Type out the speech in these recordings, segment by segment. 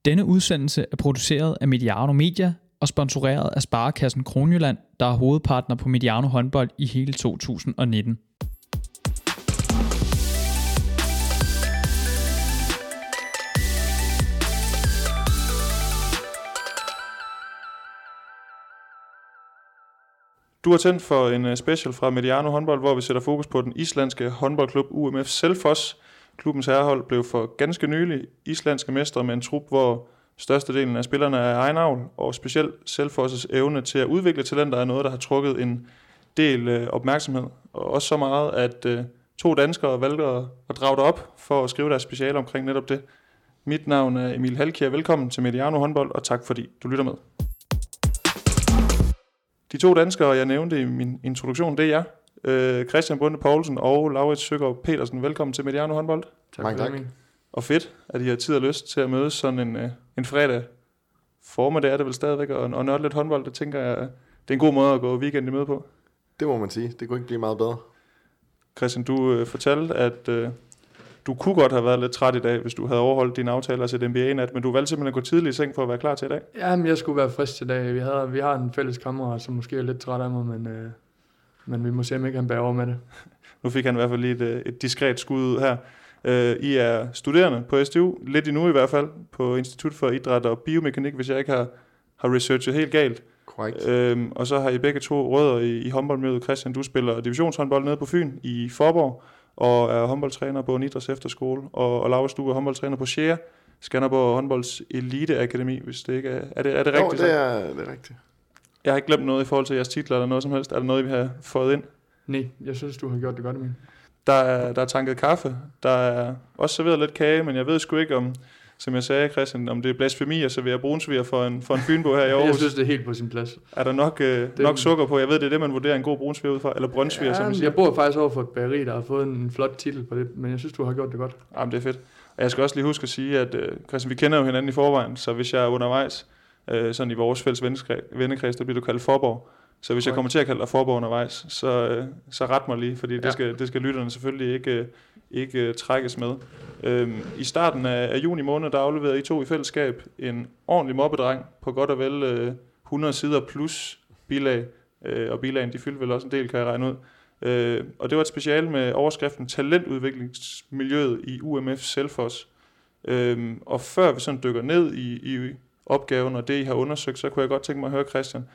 Denne udsendelse er produceret af Mediano Media og sponsoreret af Sparekassen Kronjylland, der er hovedpartner på Mediano håndbold i hele 2019. Du er tændt for en special fra Mediano håndbold, hvor vi sætter fokus på den islandske håndboldklub UMF Selfoss. Klubbens herrehold blev for ganske nylig islandske mestre med en trup, hvor størstedelen af spillerne er egen avl, og specielt Selfoss' evne til at udvikle talenter er noget, der har trukket en del opmærksomhed. Og også så meget, at to danskere valgte at drage det op for at skrive deres speciale omkring netop det. Mit navn er Emil Halkier. Velkommen til Mediano håndbold, og tak fordi du lytter med. De to danskere, jeg nævnte i min introduktion, det er jer. Christian Bunde Poulsen og Laurits Søgaard Petersen. Velkommen til Mediano håndbold. Tak. Og fedt, at I har tid og lyst til at mødes sådan en fredag formiddag, er det vel stadigvæk, og nørde lidt håndbold. Det tænker jeg, det er en god måde at gå weekend i møde på. Det må man sige. Det kunne ikke blive meget bedre. Christian, du fortalte, at du kunne godt have været lidt træt i dag, hvis du havde overholdt dine aftaler til NBA-nat, men du valgte simpelthen at gå tidligt i seng for at være klar til i dag. Jamen, jeg skulle være frisk til i dag. Vi har en fælles kammerat, som måske er lidt træt af mig, men vi må se, om ikke han bærer over med det. Nu fik han i hvert fald lige et diskret skud ud her. I er studerende på SDU, lidt endnu i hvert fald, på Institut for Idræt og Biomekanik, hvis jeg ikke har researchet helt galt. Korrekt. Og så har I begge to rødder i håndboldmiljøet. Christian, du spiller divisionshåndbold nede på Fyn i Faaborg, og er håndboldtræner på Nidras Efterskole, og Laurits, du er håndboldtræner på Shea, Skanderborg Håndbolds Elite Akademi, hvis det ikke er det rigtigt? Jo, det er rigtigt. Jeg har ikke glemt noget i forhold til jeres titler eller noget som helst. Er der noget, vi har fået ind? Nej, jeg synes, du har gjort det godt, Emil. Der er tanket kaffe, der er også serveret lidt kage, men jeg ved sgu ikke om, som jeg sagde, Christian, om det er blasfemi at servere brunsviger for en fynbo her i Aarhus. Jeg synes, det er helt på sin plads. Er der nok sukker på? Jeg ved, det er det, man vurderer en god brunsviger ud fra, eller brøndsviger, ja, som man siger. Jeg bor faktisk over for et bageri, der har fået en flot titel på det, men jeg synes, du har gjort det godt. Jamen, det er fedt. Og jeg skal også lige huske at sige, at Christian, vi kender jo hinanden i forvejen, så hvis jeg er undervejs, sådan i vores fælles vennekreds, der bliver du kaldt Forborg. Så hvis jeg kommer til at kalde dig Forborg undervejs, så ret mig lige, fordi det skal lytterne selvfølgelig ikke trækkes med. I starten af juni måned, der afleverede I to i fællesskab en ordentlig mobbedreng på godt og vel 100 sider plus bilag, og bilagene de fyldte vel også en del, kan jeg regne ud. Og det var et speciale med overskriften Talentudviklingsmiljøet i UMF Selfoss. Og før vi sådan dykker ned i opgaven og det, I har undersøgt, så kunne jeg godt tænke mig at høre, Christian,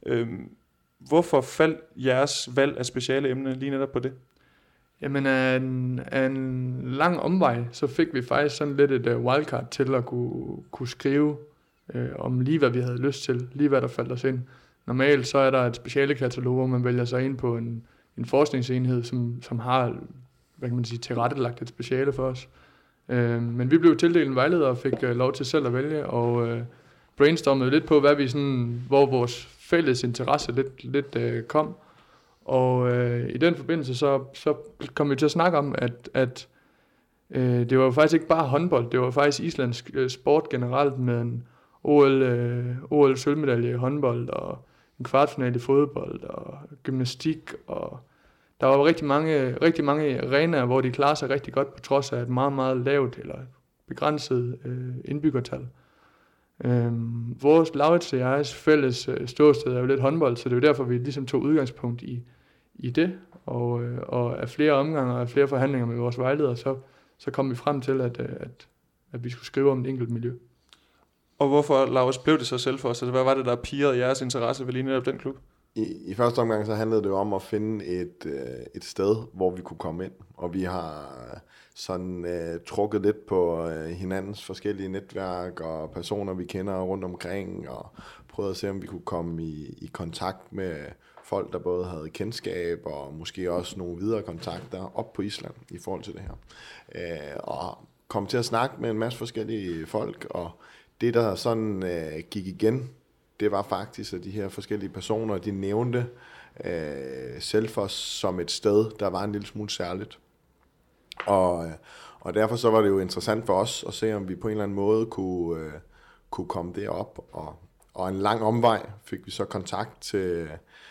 hvorfor faldt jeres valg af speciale emne lige netop på det? Jamen af en lang omvej, så fik vi faktisk sådan lidt et wildcard til at kunne skrive om lige hvad vi havde lyst til, lige hvad der faldt os ind. Normalt så er der et specialekatalog, hvor man vælger sig ind på en forskningsenhed, som har, hvad kan man sige, tilrettelagt et speciale for os. Men vi blev tildelt en vejleder og fik lov til selv at vælge, og brainstormede lidt på, hvad vi sådan, hvor vores fælles interesse lidt kom. Og i den forbindelse så kom vi til at snakke om, at det var jo faktisk ikke bare håndbold, det var faktisk islandsk sport generelt med en OL sølvmedalje i håndbold og en kvartfinale i fodbold og gymnastik, og der var rigtig mange arenaer, hvor de klarer sig rigtig godt på trods af et meget, meget lavt eller begrænset indbyggertal. Vores Laurits og jeres fælles ståsted er jo lidt håndbold, så det er jo derfor, vi ligesom tog udgangspunkt i det, og af flere omgange og af flere forhandlinger med vores vejledere, så kom vi frem til, at vi skulle skrive om et enkelt miljø. Og hvorfor, Laurits, blev det så Selfoss? Altså, hvad var det, der pirrede jeres interesse ved lige netop den klub? I første omgang så handlede det jo om at finde et sted, hvor vi kunne komme ind, og vi har sådan trukket lidt på hinandens forskellige netværk og personer, vi kender rundt omkring, og prøvet at se, om vi kunne komme i kontakt med folk, der både havde kendskab og måske også nogle videre kontakter op på Island i forhold til det her. Og kom til at snakke med en masse forskellige folk, og det, der sådan gik igen, det var faktisk, at de her forskellige personer, de nævnte Selfoss som et sted, der var en lille smule særligt. Og derfor så var det jo interessant for os at se, om vi på en eller anden måde kunne komme derop. Og en lang omvej fik vi så kontakt til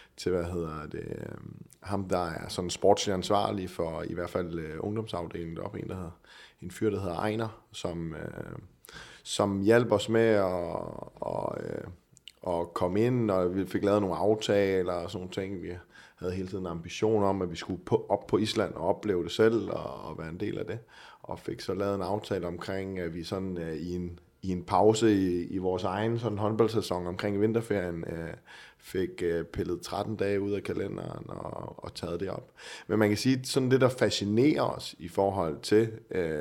ham, der er sådan sportslig ansvarlig for i hvert fald ungdomsafdelingen deroppe, en fyr, der hedder Ejner, som hjalp os med at komme ind, og vi fik lavet nogle aftaler og sådan nogle ting. Vi havde hele tiden en ambition om, at vi skulle op på Island og opleve det selv og være en del af det. Og fik så lavet en aftale omkring, at vi sådan i en pause i vores egen sådan håndboldsæson omkring vinterferien fik pillet 13 dage ud af kalenderen og taget det op. Men man kan sige, sådan det, der fascinerer os i forhold til,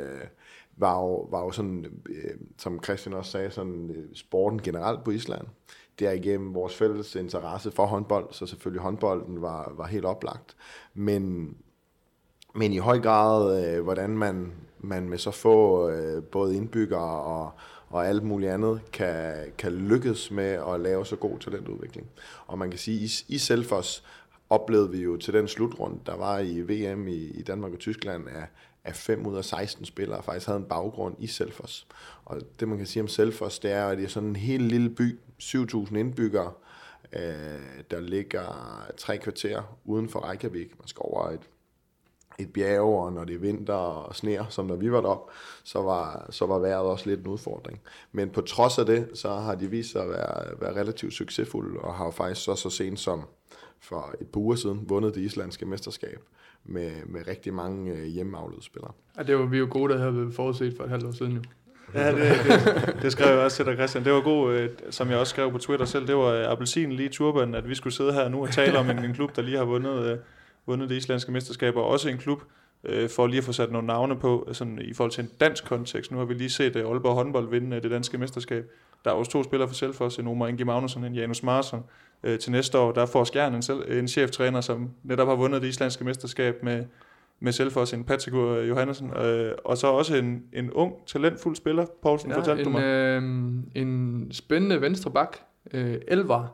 var jo sådan, som Christian også sagde, sådan sporten generelt på Island. Det er igennem vores fælles interesse for håndbold, så selvfølgelig håndbolden var helt oplagt. Men i høj grad, hvordan man med så få både indbyggere og alt muligt andet kan lykkes med at lave så god talentudvikling. Og man kan sige, i Selfoss oplevede vi jo til den slutrunde, der var i VM i Danmark og Tyskland, at 5 ud af 16 spillere faktisk havde en baggrund i Selfoss. Og det man kan sige om Selfoss, det er, at det er sådan en helt lille by, 7.000 indbyggere, der ligger 3 kvarter uden for Reykjavik. Man skal over et bjerg, og når det er vinter og sner, som når vi var deroppe, så var vejret også lidt en udfordring. Men på trods af det, så har de vist sig at være relativt succesfulde, og har jo faktisk så sent som for et par uger siden vundet det islandske mesterskab med rigtig mange hjemmeavlede spillere. Ja, det var vi jo gode, der havde forudset for et halvt år siden jo. Ja, det skrev jeg også til dig, Christian. Det var god, som jeg også skrev på Twitter selv, det var appelsinen lige i turbanen, at vi skulle sidde her nu og tale om en klub, der lige har vundet det islandske mesterskab, og også en klub, for lige at få sat nogle navne på, sådan i forhold til en dansk kontekst. Nu har vi lige set Aalborg håndbold vinde det danske mesterskab. Der er også 2 spillere for Selfoss, en Omar Ingi Magnusson og en Janus Marsson. Til næste år, der får Skjern en cheftræner, som netop har vundet det islandske mesterskab med Selfoss, en Patrick Johannesson, og så også en ung, talentfuld spiller, Poulsen, fortalte du mig. En spændende venstre bak, Elvar.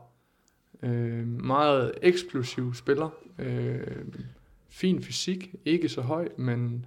Meget eksplosiv spiller. Fin fysik, ikke så høj, men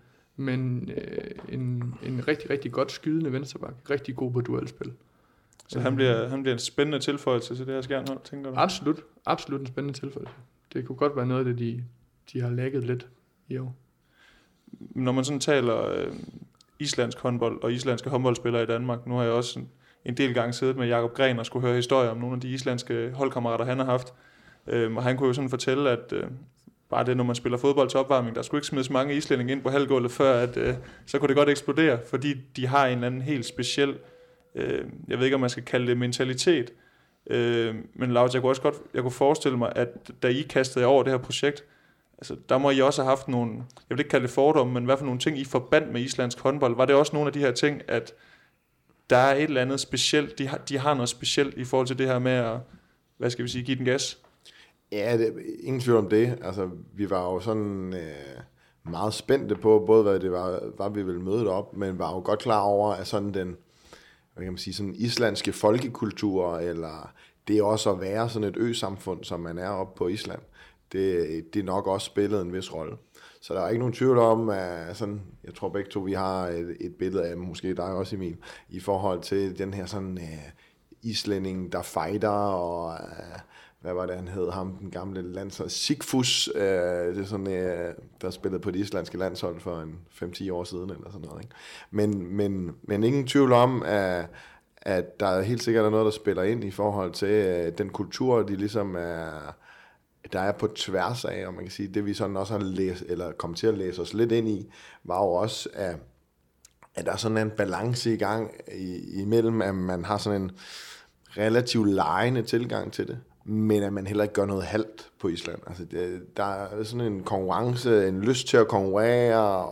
en rigtig, rigtig godt skydende venstreback. Rigtig god på duelspil. Så han bliver en spændende tilføjelse til det her Skjern-hold, tænker du? Absolut en spændende tilføjelse. Det kunne godt være noget af det, de har lægget lidt i år. Når man sådan taler islandsk håndbold og islandske håndboldspillere i Danmark, nu har jeg også en del gange siddet med Jakob Gren og skulle høre historier om nogle af de islandske holdkammerater, han har haft. Og han kunne jo sådan fortælle, at bare det, når man spiller fodbold til opvarmning, der skulle ikke smides mange islændinge ind på halvgulvet, før at, så kunne det godt eksplodere, fordi de har en eller anden helt speciel, jeg ved ikke, om man skal kalde det mentalitet, men Laut, jeg kunne forestille mig, at da I kastede jer over det her projekt, altså, der må I også have haft nogle, jeg vil ikke kalde det fordomme, men hvad for nogle ting I forbandt med islandsk håndbold? Var det også nogle af de her ting, at der er et eller andet specielt, de har noget specielt i forhold til det her med at, hvad skal vi sige, give den gas? Ja, ingen tvivl om det. Altså, vi var jo sådan meget spændte på, både hvad det var vi ville møde op, men var jo godt klar over, at sådan den, hvad kan man sige, sådan islandske folkekultur, eller det også at være sådan et øsamfund, som man er oppe på Island, det nok også spillet en vis rolle. Så der er ikke nogen tvivl om, at sådan, jeg tror begge to, vi har et billede af, måske dig også, Emil, i forhold til den her sådan islænding, der fighter, og hvad var det, han hed, ham, den gamle landshold, Sigfús, det er sådan, der spillede på det islandske landshold for en 5-10 år siden, eller sådan noget, ikke? Men ingen tvivl om, at der helt sikkert er noget, der spiller ind i forhold til den kultur, de ligesom der er på tværs af, og man kan sige, det vi sådan også har læst, eller kommet til at læse os lidt ind i, var jo også, at der er sådan en balance i gang imellem, at man har sådan en relativt legende tilgang til det, men at man heller ikke gør noget halvt på Island. Altså der er sådan en konkurrence, en lyst til at konkurrere,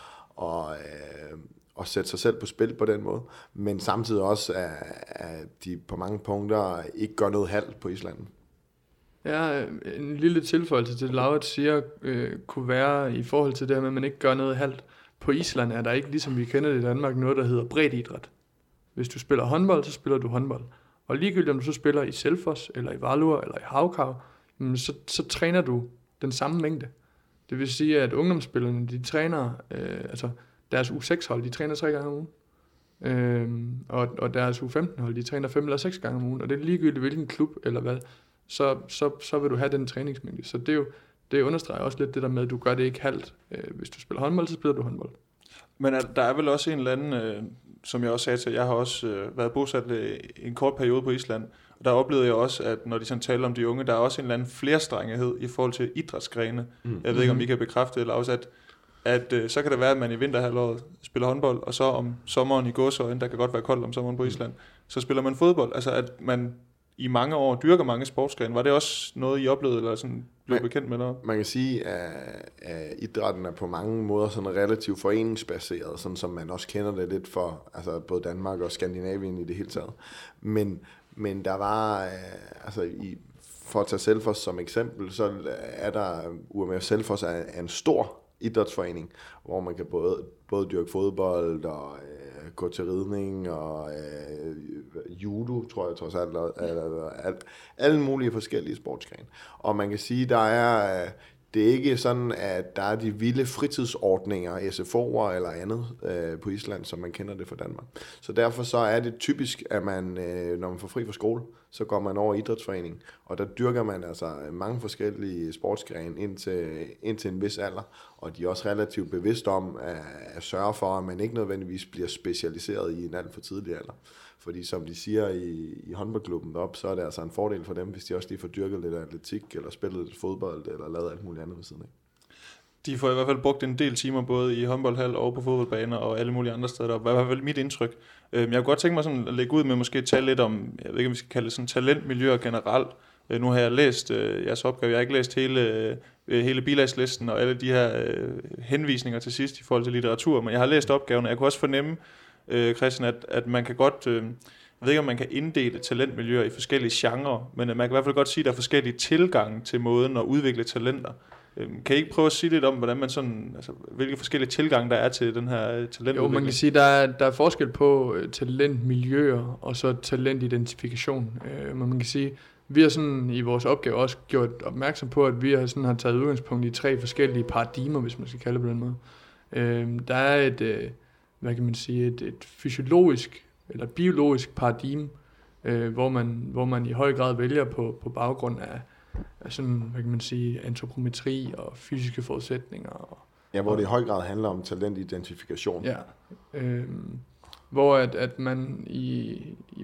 og sætte sig selv på spil på den måde, men samtidig også, at de på mange punkter ikke gør noget halvt på Island. Ja, en lille tilføjelse til det, Laut siger, kunne være i forhold til det her med, at man ikke gør noget halvt. På Island er der ikke, ligesom vi kender det i Danmark, noget, der hedder breddidræt. Hvis du spiller håndbold, så spiller du håndbold. Og ligegyldigt om du så spiller i Selfoss, eller i Valur, eller i Haukar, så træner du den samme mængde. Det vil sige, at ungdomsspillerne, de træner, altså deres U6-hold, de træner 3 gange om ugen. Og deres U15-hold, de træner 5 eller 6 gange om ugen. Og det er ligegyldigt, hvilken klub eller hvad, så vil du have den træningsmængde. Så det understreger også lidt det der med, at du gør det ikke halvt. Hvis du spiller håndbold, så spiller du håndbold. Men der er vel også en eller anden, som jeg også sagde til, jeg har også været bosat en kort periode på Island, og der oplevede jeg også, at når de sådan taler om de unge, der er også en eller anden flerstrengighed i forhold til idrætsgrene. Jeg ved ikke, om I kan bekræfte eller også, at så kan det være, at man i vinterhalvåret spiller håndbold, og så om sommeren i gåseøjne, der kan godt være koldt om sommeren på Island, så spiller man fodbold. Altså at man i mange år dyrker mange sportsgrene. Var det også noget, I oplevede, eller sådan blev bekendt med noget? Man kan sige, at idrætten er på mange måder sådan relativt foreningsbaseret, sådan som man også kender det lidt for altså både Danmark og Skandinavien i det hele taget. Men der var, for at tage Selfoss som eksempel, så er der UMF Selfoss er en stor idrætsforening, hvor man kan både dyrke fodbold og gå til ridning og judo, tror jeg trods alt, alle mulige forskellige sportsgrene. Og man kan sige, det er ikke sådan, at der er de vilde fritidsordninger, SFO'er eller andet på Island, som man kender det fra Danmark. Så derfor så er det typisk, at man, når man får fri fra skole, så går man over i idrætsforening, og der dyrker man altså mange forskellige sportsgrene indtil en vis alder, og de er også relativt bevidste om at sørge for, at man ikke nødvendigvis bliver specialiseret i en alt for tidlig alder. Fordi som de siger i håndboldklubben deroppe, så er det altså en fordel for dem, hvis de også lige får dyrket lidt atletik, eller spillet lidt fodbold, eller lavet alt muligt andet ved siden af. De får i hvert fald brugt en del timer, både i håndboldhal og på fodboldbaner, og alle mulige andre steder deroppe. Det var i hvert fald mit indtryk. Jeg kunne godt tænke mig sådan at lægge ud med måske at tale lidt om, jeg ved ikke, om vi skal kalde det sådan talentmiljøer generelt. Nu har jeg læst jeres opgave, jeg har ikke læst hele bilagslisten og alle de her henvisninger til sidst i forhold til litteratur, men jeg har læst opgaven, og jeg kunne også fornemme, Christian, at man kan godt, jeg ved ikke, om man kan inddele talentmiljøer i forskellige genrer, men man kan i hvert fald godt sige, at der er forskellige tilgange til måden at udvikle talenter. Kan I ikke prøve at sige lidt om, hvordan man sådan, altså, hvilke forskellige tilgange der er til den her talentudvikling? Jo, man kan sige, der er forskel på talentmiljøer og så talentidentifikation. Men man kan sige, vi har sådan i vores opgave også gjort opmærksom på, at vi har taget udgangspunkt i 3 forskellige paradigmer, hvis man skal kalde det på den måde. Der er et fysiologisk eller biologisk paradigme, hvor man i høj grad vælger på baggrund af sådan, antropometri og fysiske forudsætninger. Hvor det i høj grad handler om talentidentifikation. Ja, hvor at man i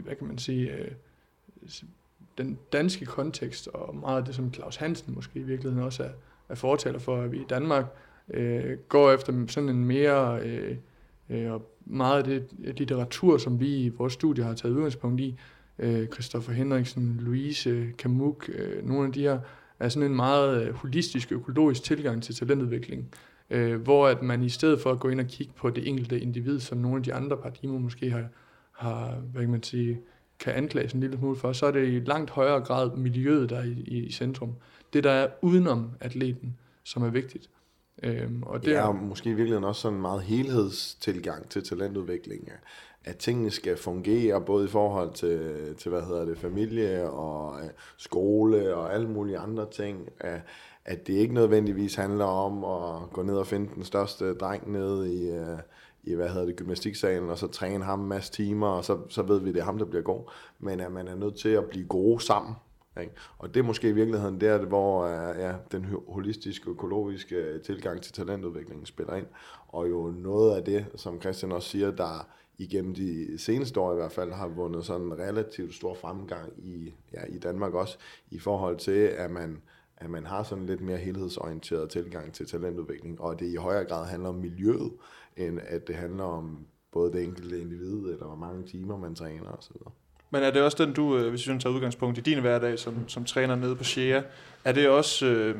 den danske kontekst, og meget af det, som Claus Hansen måske i virkeligheden også er fortaler for, at vi i Danmark går efter sådan en mere, og meget af det litteratur, som vi i vores studie har taget udgangspunkt i, Christopher Henriksen, Louise, Kamuk, nogle af de her, er sådan en meget holistisk, økologisk tilgang til talentudvikling, hvor at man i stedet for at gå ind og kigge på det enkelte individ, som nogle af de andre paradigmer måske har kan anklages en lille smule for, så er det i langt højere grad miljøet, der er i centrum. Det, der er udenom atleten, som er vigtigt. Og det er måske i virkeligheden også sådan en meget helhedstilgang til talentudvikling, at tingene skal fungere både i forhold til familie og skole og alle mulige andre ting, at det ikke nødvendigvis handler om at gå ned og finde den største dreng nede i gymnastiksalen, og så træne ham en masse timer, og så ved vi, det er ham, der bliver god, men at man er nødt til at blive gode sammen. Ikke? Og det er måske i virkeligheden der, hvor den holistiske, økologiske tilgang til talentudviklingen spiller ind. Og jo noget af det, som Christian også siger, der igennem de seneste år i hvert fald har vundet sådan en relativt stor fremgang i Danmark også, i forhold til, at man har sådan lidt mere helhedsorienteret tilgang til talentudvikling, og det i højere grad handler om miljøet, end at det handler om både det enkelte individ, eller hvor mange timer man træner osv. Men er det også den, du, hvis du tager udgangspunkt i din hverdag som træner nede på Shea, er det også,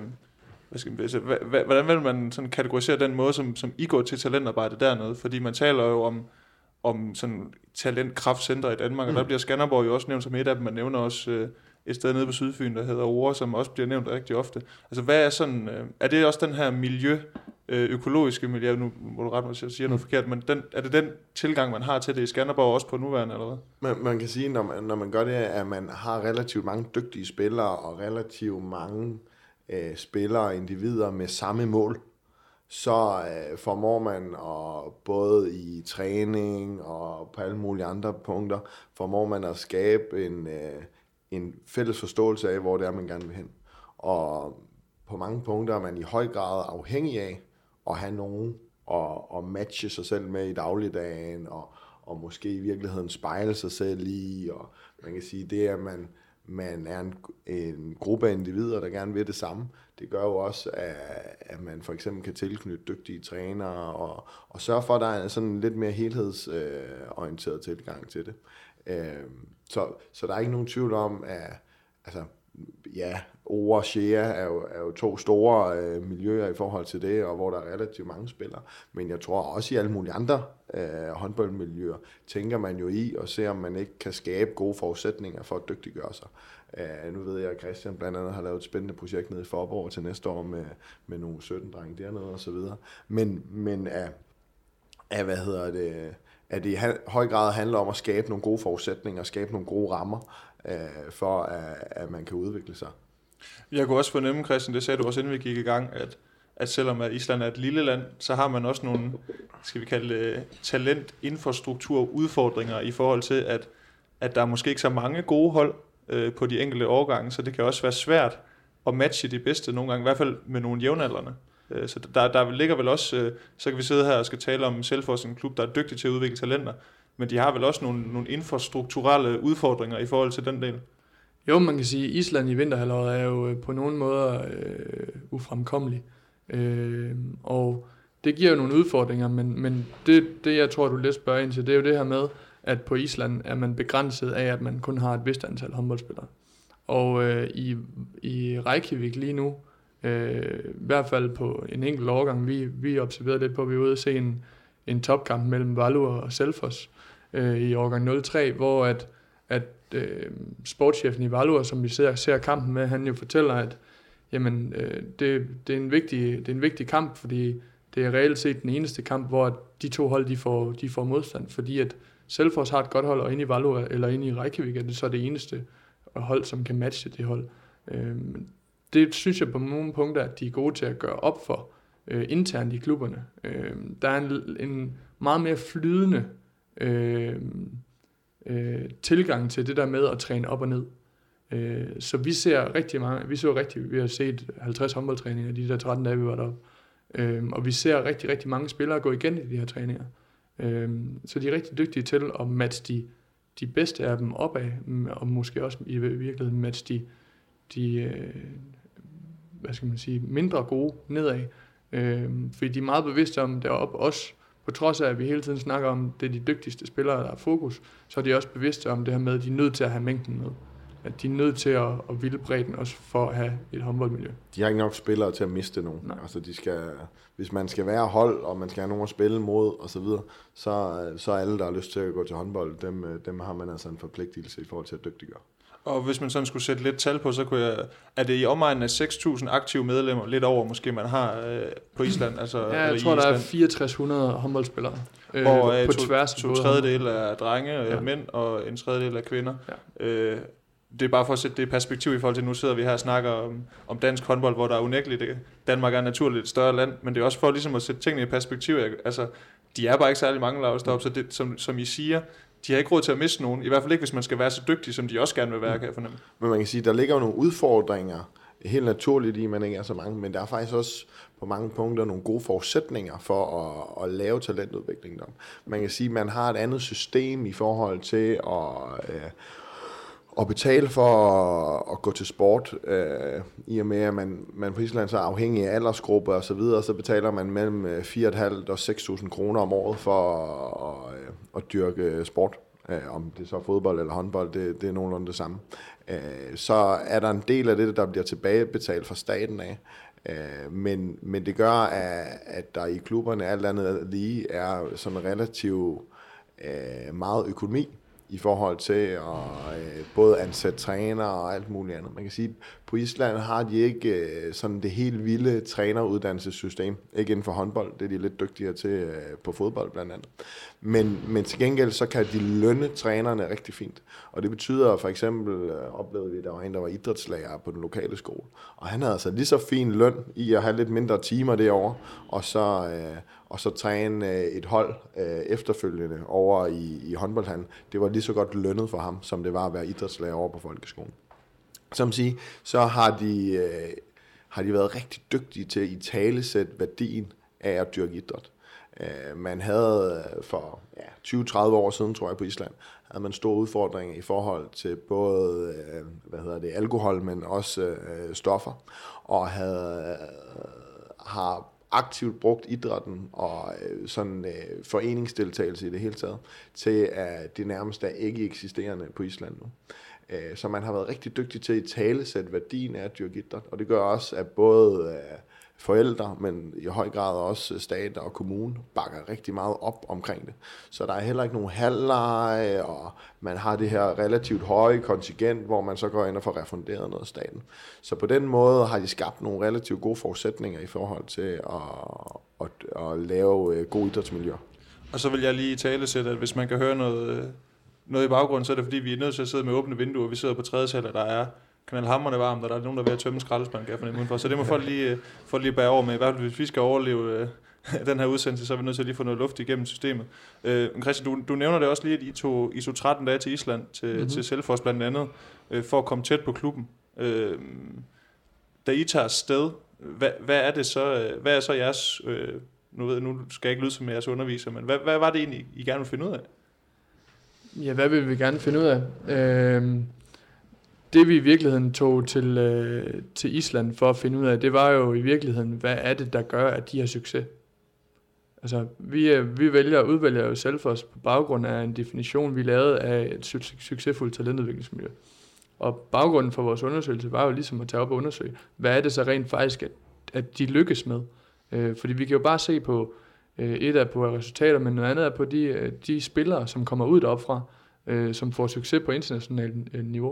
hvordan vil man sådan kategorisere den måde, som I går til talentarbejde dernede? Fordi man taler jo om sådan talentkraftcenter i Danmark, og der bliver Skanderborg jo også nævnt som et af dem. Man nævner også et sted nede på Sydfyn, der hedder Ore, som også bliver nævnt rigtig ofte. Altså hvad er sådan, er det også den her økologiske miljø, nu må du rette mig, hvis jeg siger noget forkert, men er det den tilgang, man har til det i Skanderborg også på nuværende, eller hvad? Man kan sige, når man gør det, at man har relativt mange dygtige spillere, og relativt mange spillere og individer med samme mål, så formår man, og både i træning og på alle mulige andre punkter, formår man at skabe en fælles forståelse af, hvor det er, man gerne vil hen. Og på mange punkter er man i høj grad afhængig af at have nogen at matche sig selv med i dagligdagen, og måske i virkeligheden spejle sig selv i, og man kan sige, det er, at man er en gruppe af individer, der gerne vil det samme. Det gør jo også, at man for eksempel kan tilknytte dygtige trænere, og sørge for, at der er sådan en lidt mere helhedsorienteret tilgang til det. Så der er ikke nogen tvivl om, at altså, ja, Ore og Shea er jo to store miljøer i forhold til det, og hvor der er relativt mange spillere. Men jeg tror også i alle mulige andre håndboldmiljøer, tænker man jo i og ser, om man ikke kan skabe gode forudsætninger for at dygtiggøre sig. Nu ved jeg, at Christian blandt andet har lavet et spændende projekt nede i Forborg til næste år med nogle 17-drenge dernede og så videre. Men at det i høj grad handler om at skabe nogle gode forudsætninger, skabe nogle gode rammer, for at man kan udvikle sig. Jeg kunne også fornemme, Christian, det sagde du også inden vi gik i gang, at selvom at Island er et lille land, så har man også nogle, skal vi kalde talentinfrastrukturudfordringer i forhold til, at der er måske ikke så mange gode hold på de enkelte årgange, så det kan også være svært at matche de bedste nogle gange, i hvert fald med nogle jævnaldrende. Så der ligger vel også, så kan vi sidde her og skal tale om Selfoss, en klub, der er dygtig til at udvikle talenter, men de har vel også nogle infrastrukturelle udfordringer i forhold til den del? Jo, man kan sige, at Island i vinterhalvåret er jo på nogle måder ufremkommelig. Og det giver jo nogle udfordringer, men det jeg tror, du lidt spørger ind til, det er jo det her med, at på Island er man begrænset af, at man kun har et vist antal håndboldspillere. Og i Reykjavik lige nu, i hvert fald på en enkelt årgang, vi observerede lidt på, at vi er ude at se en topkamp mellem Valur og Selfoss i årgang 03, hvor at sportschefen i Valur, som vi ser kampen med, han jo fortæller, at jamen, det er en vigtig kamp, fordi det er reelt set den eneste kamp, hvor de to hold de får modstand, fordi at Selfoss har et godt hold, og inde i Valur eller inde i Reykjavik er det så det eneste hold, som kan matche det hold. Det synes jeg på nogle punkter, at de er gode til at gøre op for internt i klubberne. Der er en meget mere flydende tilgang til det der med at træne op og ned. Så vi ser rigtig mange, vi har set 50 håndboldtræninger de der 13 dage, vi var deroppe. Og vi ser rigtig, rigtig mange spillere gå igen i de her træninger. Så de er rigtig dygtige til at matche de bedste af dem opad, og måske også i virkeligheden matche de hvad skal man sige, mindre gode nedad. Fordi de er meget bevidste om deroppe også, på trods af, at vi hele tiden snakker om, det er de dygtigste spillere, der er fokus, så er de også bevidste om det her med, at de er nødt til at have mængden med. At de er nødt til at ville bredden også for at have et håndboldmiljø. De har ikke nok spillere til at miste nogen. Nej. Altså hvis man skal være hold, og man skal have nogen at spille mod og så videre, så alle, der har lyst til at gå til håndbold, dem har man altså en forpligtelse i forhold til at dygtiggøre. Og hvis man sådan skulle sætte lidt tal på, så er det i omegnen af 6.000 aktive medlemmer, lidt over måske man har på Island? Altså, ja, jeg tror, der er 6400 håndboldspillere på tværs. To tredjedel af drenge, mænd, og en tredjedel af kvinder. Ja. Det er bare for at sætte det i perspektiv i forhold til, nu sidder vi her og snakker om dansk håndbold, hvor der er unægteligt. Danmark er naturligt et større land, men det er også for ligesom at sætte tingene i perspektiv. Altså, de er bare ikke særlig mange lavest deroppe, så det, som I siger, de har ikke råd til at miste nogen. I hvert fald ikke, hvis man skal være så dygtig, som de også gerne vil være, kan jeg fornemme. Men man kan sige, der ligger jo nogle udfordringer, helt naturligt i, man ikke er så mange, men der er faktisk også på mange punkter nogle gode forudsætninger for at lave talentudvikling. Man kan sige, at man har et andet system i forhold til at betale for at gå til sport, i og med at man på Island så er afhængig af aldersgrupper og så videre, så betaler man mellem 4.500 og 6.000 kroner om året for at dyrke sport. Om det er så fodbold eller håndbold, det er nogenlunde det samme. Så er der en del af det, der bliver tilbagebetalt fra staten af. Men det gør, at der i klubberne alt andet lige er sådan relativt meget økonomi i forhold til at både ansætte træner og alt muligt andet. Man kan sige, at på Island har de ikke sådan det helt vilde træneruddannelsessystem. Ikke inden for håndbold, det er de lidt dygtigere til på fodbold blandt andet. Men til gengæld så kan de lønne trænerne rigtig fint. Og det betyder for eksempel, oplevede vi, at der var en, der var idrætslærer på den lokale skole. Og han havde altså lige så fin løn i at have lidt mindre timer derovre, og så træne et hold efterfølgende over i håndboldhallen. Det var lige så godt lønnet for ham, som det var at være idrætslærer over på folkeskolen. Som siger, så har de været rigtig dygtige til at italesætte værdien af at dyrke idræt. Man havde for 20-30 år siden, tror jeg, på Island, havde man store udfordringer i forhold til både alkohol, men også stoffer, og har aktivt brugt idrætten og foreningsdeltagelse i det hele taget til at det nærmest er ikke eksisterende på Island nu. Så man har været rigtig dygtig til at italesætte værdien af at dyrke idræt, og det gør også, at både forældre, men i høj grad også stat og kommune bakker rigtig meget op omkring det. Så der er heller ikke nogen halvleje, og man har det her relativt høje kontingent, hvor man så går ind og får refunderet noget af staten. Så på den måde har de skabt nogle relativt gode forudsætninger i forhold til at lave gode idrætsmiljøer. Og så vil jeg lige talesætte, at hvis man kan høre noget i baggrunden, så er det fordi, vi er nødt til at sidde med åbne vinduer. Vi sidder på tredje sal, og der er knaldhamrende varmt, og der er nogen, der er ved at tømme skraldespanden, kan jeg fornemme udenfor. Så det må folk lige bære over med. I hvert fald, hvis vi skal overleve den her udsendelse, så er vi nødt til at lige få noget luft igennem systemet. Christian, du nævner det også lige, at I tog 13 dage til Island, til Selfoss blandt andet, for at komme tæt på klubben. Da I tager afsted, hvad er det så, hvad er så jeres, nu skal jeg ikke lyde som jeres underviser, men hvad var det egentlig, I gerne vil finde ud af? Ja, hvad vil vi gerne finde ud af? Det vi i virkeligheden tog til Island for at finde ud af, det var jo i virkeligheden, hvad er det, der gør, at de har succes? Altså, vi udvælger jo Selfoss på baggrund af en definition, vi lavede af et succesfuldt talentudviklingsmiljø. Og baggrunden for vores undersøgelse var jo ligesom at tage op og undersøge, hvad er det så rent faktisk, at de lykkes med? Fordi vi kan jo bare se på, et er på resultater, men noget andet er på de spillere, som kommer ud deroppe fra, som får succes på internationalt niveau.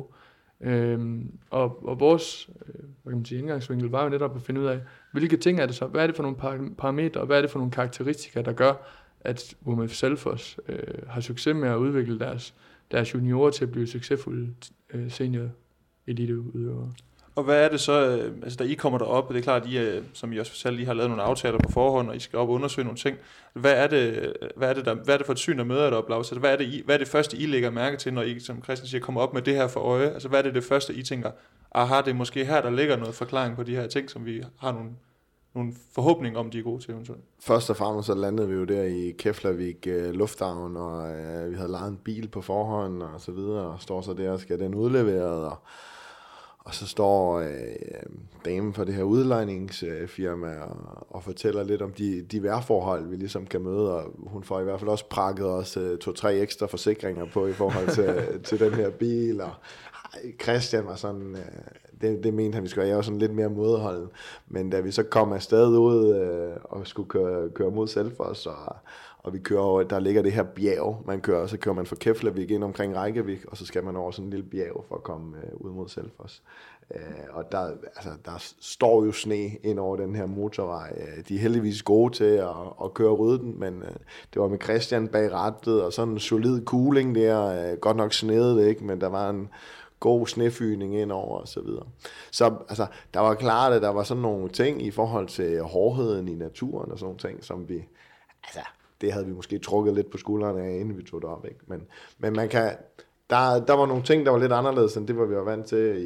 Og vores indgangsvinkel var jo netop at finde ud af, hvilke ting er det så, hvad er det for nogle parametre, og hvad er det for nogle karakteristika, der gør, at WMF Selfoss har succes med at udvikle deres juniorer til at blive succesfulde senior eliteudøvere. Og hvad er det så, da I kommer derop, det er klart, at I, som I også selv lige har lavet nogle aftaler på forhånd, og I skal op og undersøge nogle ting. Hvad er det for et syn, der møder derop, Lars? Altså, hvad er det første, I lægger mærke til, når I, som Christian siger, kommer op med det her for øje? Altså, hvad er det første, I tænker, aha, det er måske her, der ligger noget forklaring på de her ting, som vi har nogle forhåbninger om, de er gode til eventuelt? Først og fremmest så landede vi jo der i Keflavik lufthavn, og vi havde lejet en bil på forhånd, og så videre, og står så der og skal den udleveret, og så står damen for det her udlejningsfirma og fortæller lidt om de vejrforhold, vi ligesom kan møde, og hun får i hvert fald også prakket os 2-3 ekstra forsikringer på i forhold til den her bil, og Christian var sådan, det mente han, vi skulle være. Jeg var sådan lidt mere modholden, men da vi så kom afsted ud og skulle køre mod Selfoss, og vi kører over, der ligger det her bjerg, man kører, og så kører man fra Keflavik ind omkring Reykjavik, og så skal man over sådan en lille bjerg for at komme ud mod Selfoss. Og der står jo sne ind over den her motorvej. De er heldigvis gode til at køre og rydde den, men det var med Christian bag rattet, og sådan en solid cooling der, godt nok snede det ikke, men der var en god snefyning ind over og så videre. Så altså, der var klart, at der var sådan nogle ting i forhold til hårdheden i naturen og sådan nogle ting, som vi, altså, det havde vi måske trukket lidt på skuldrene af, inden vi tog det op, ikke? Men man kan, der var nogle ting, der var lidt anderledes, end det var vi var vant til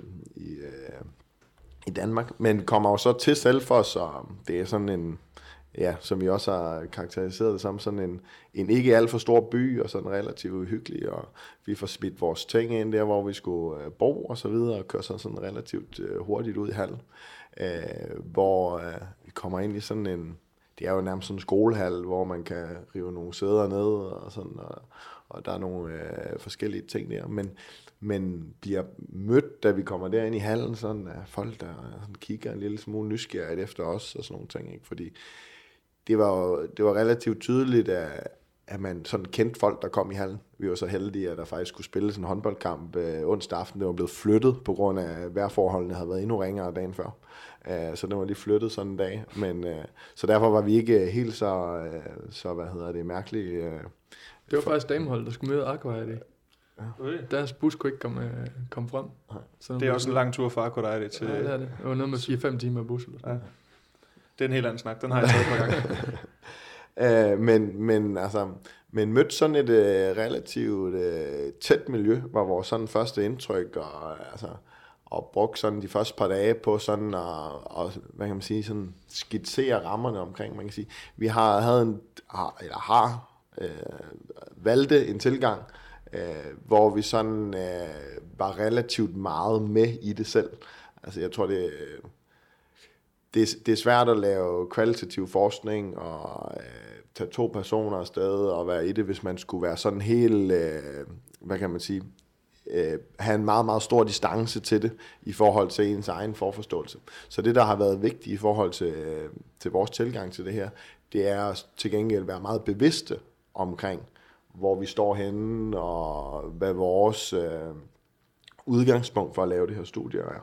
i Danmark, men kommer jo så til Selfoss, og det er sådan en, ja, som vi også har karakteriseret det som sådan en ikke alt for stor by, og sådan relativt hyggelig, og vi får smidt vores ting ind der, hvor vi skulle bo og så videre, og køre sådan relativt hurtigt ud i hallen, hvor vi kommer ind i sådan en, det er jo nærmest sådan en skolehal, hvor man kan rive nogle sæder ned, og sådan, og der er nogle forskellige ting der, men bliver mødt, da vi kommer derind i hallen, sådan af folk, der sådan kigger en lille smule nysgerrigt efter os, og sådan nogle ting, ikke? Fordi det var relativt tydeligt, at man sådan kendte folk, der kom i hallen. Vi var så heldige, at der faktisk skulle spilles en håndboldkamp onsdag aften. Det var blevet flyttet, på grund af at vejrforholdene havde været endnu ringere dagen før. Så det var lige flyttet sådan en dag. Men, så derfor var vi ikke helt så mærkelige. Det var faktisk dameholdet, der skulle møde Akureyri. Ja. Deres bus kunne ikke komme frem. Så det er også en lang tur fra Akureyri til... Ja, det er det. Det var noget med 4-5 timer bus. Eller sådan. Ja. Det er en helt anden snak. Den har jeg taget et par gange. Men mødte sådan et relativt tæt miljø, var vores sådan første indtryk, og brugt sådan de første par dage på sådan at hvad kan man sige, sådan skitsere rammerne omkring. Man kan sige, vi har valgte en tilgang, hvor vi sådan var relativt meget med i det selv. Altså jeg tror, det er svært at lave kvalitativ forskning og tage 2 personer afsted og være i det, hvis man skulle være sådan helt, hvad kan man sige, have en meget, meget stor distance til det i forhold til ens egen forforståelse. Så det, der har været vigtigt i forhold til vores tilgang til det her, det er til gengæld at være meget bevidste omkring, hvor vi står henne og hvad vores udgangspunkt for at lave det her studie er.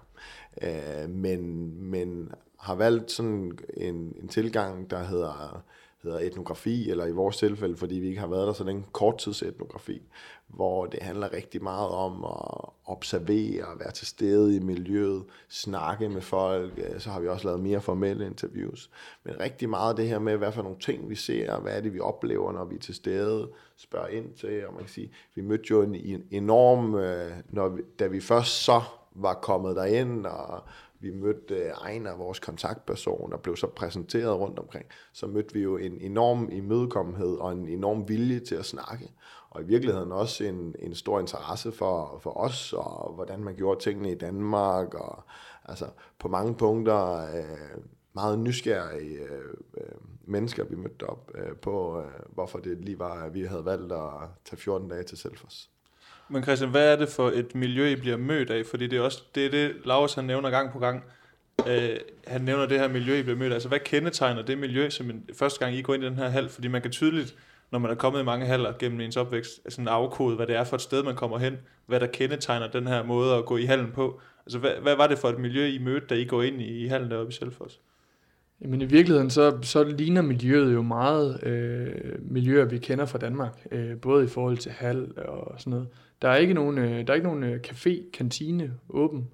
Men har valgt sådan en tilgang, der hedder etnografi, eller i vores tilfælde, fordi vi ikke har været der så længe, korttidsetnografi, hvor det handler rigtig meget om at observere, være til stede i miljøet, snakke med folk, så har vi også lavet mere formelle interviews. Men rigtig meget det her med, hvad for nogle ting vi ser, hvad er det, vi oplever, når vi er til stede, spørger ind til, og man kan sige, vi mødte jo en enorm, da vi først så var kommet derind, og vi mødte Ejner, vores kontaktperson, og blev så præsenteret rundt omkring. Så mødte vi jo en enorm imødekommenhed og en enorm vilje til at snakke. Og i virkeligheden også en stor interesse for os, og hvordan man gjorde tingene i Danmark. Og altså på mange punkter meget nysgerrige mennesker, vi mødte op på, hvorfor det lige var, at vi havde valgt at tage 14 dage til Selfoss. Men Christian, hvad er det for et miljø, I bliver mødt af? Fordi det er det, Laurits han nævner gang på gang. Han nævner det her miljø, I bliver mødt af. Altså, hvad kendetegner det miljø, som første gang I går ind i den her hal? Fordi man kan tydeligt, når man er kommet i mange haller gennem ens opvækst, sådan afkode, hvad det er for et sted, man kommer hen. Hvad der kendetegner den her måde at gå i hallen på. Altså, hvad var det for et miljø, I mødte, da I går ind i hallen deroppe i Selfoss? Jamen i virkeligheden, så ligner miljøet jo meget miljøer, vi kender fra Danmark. Både i forhold til hal og sådan noget. Der er ikke nogen café, kantine åben.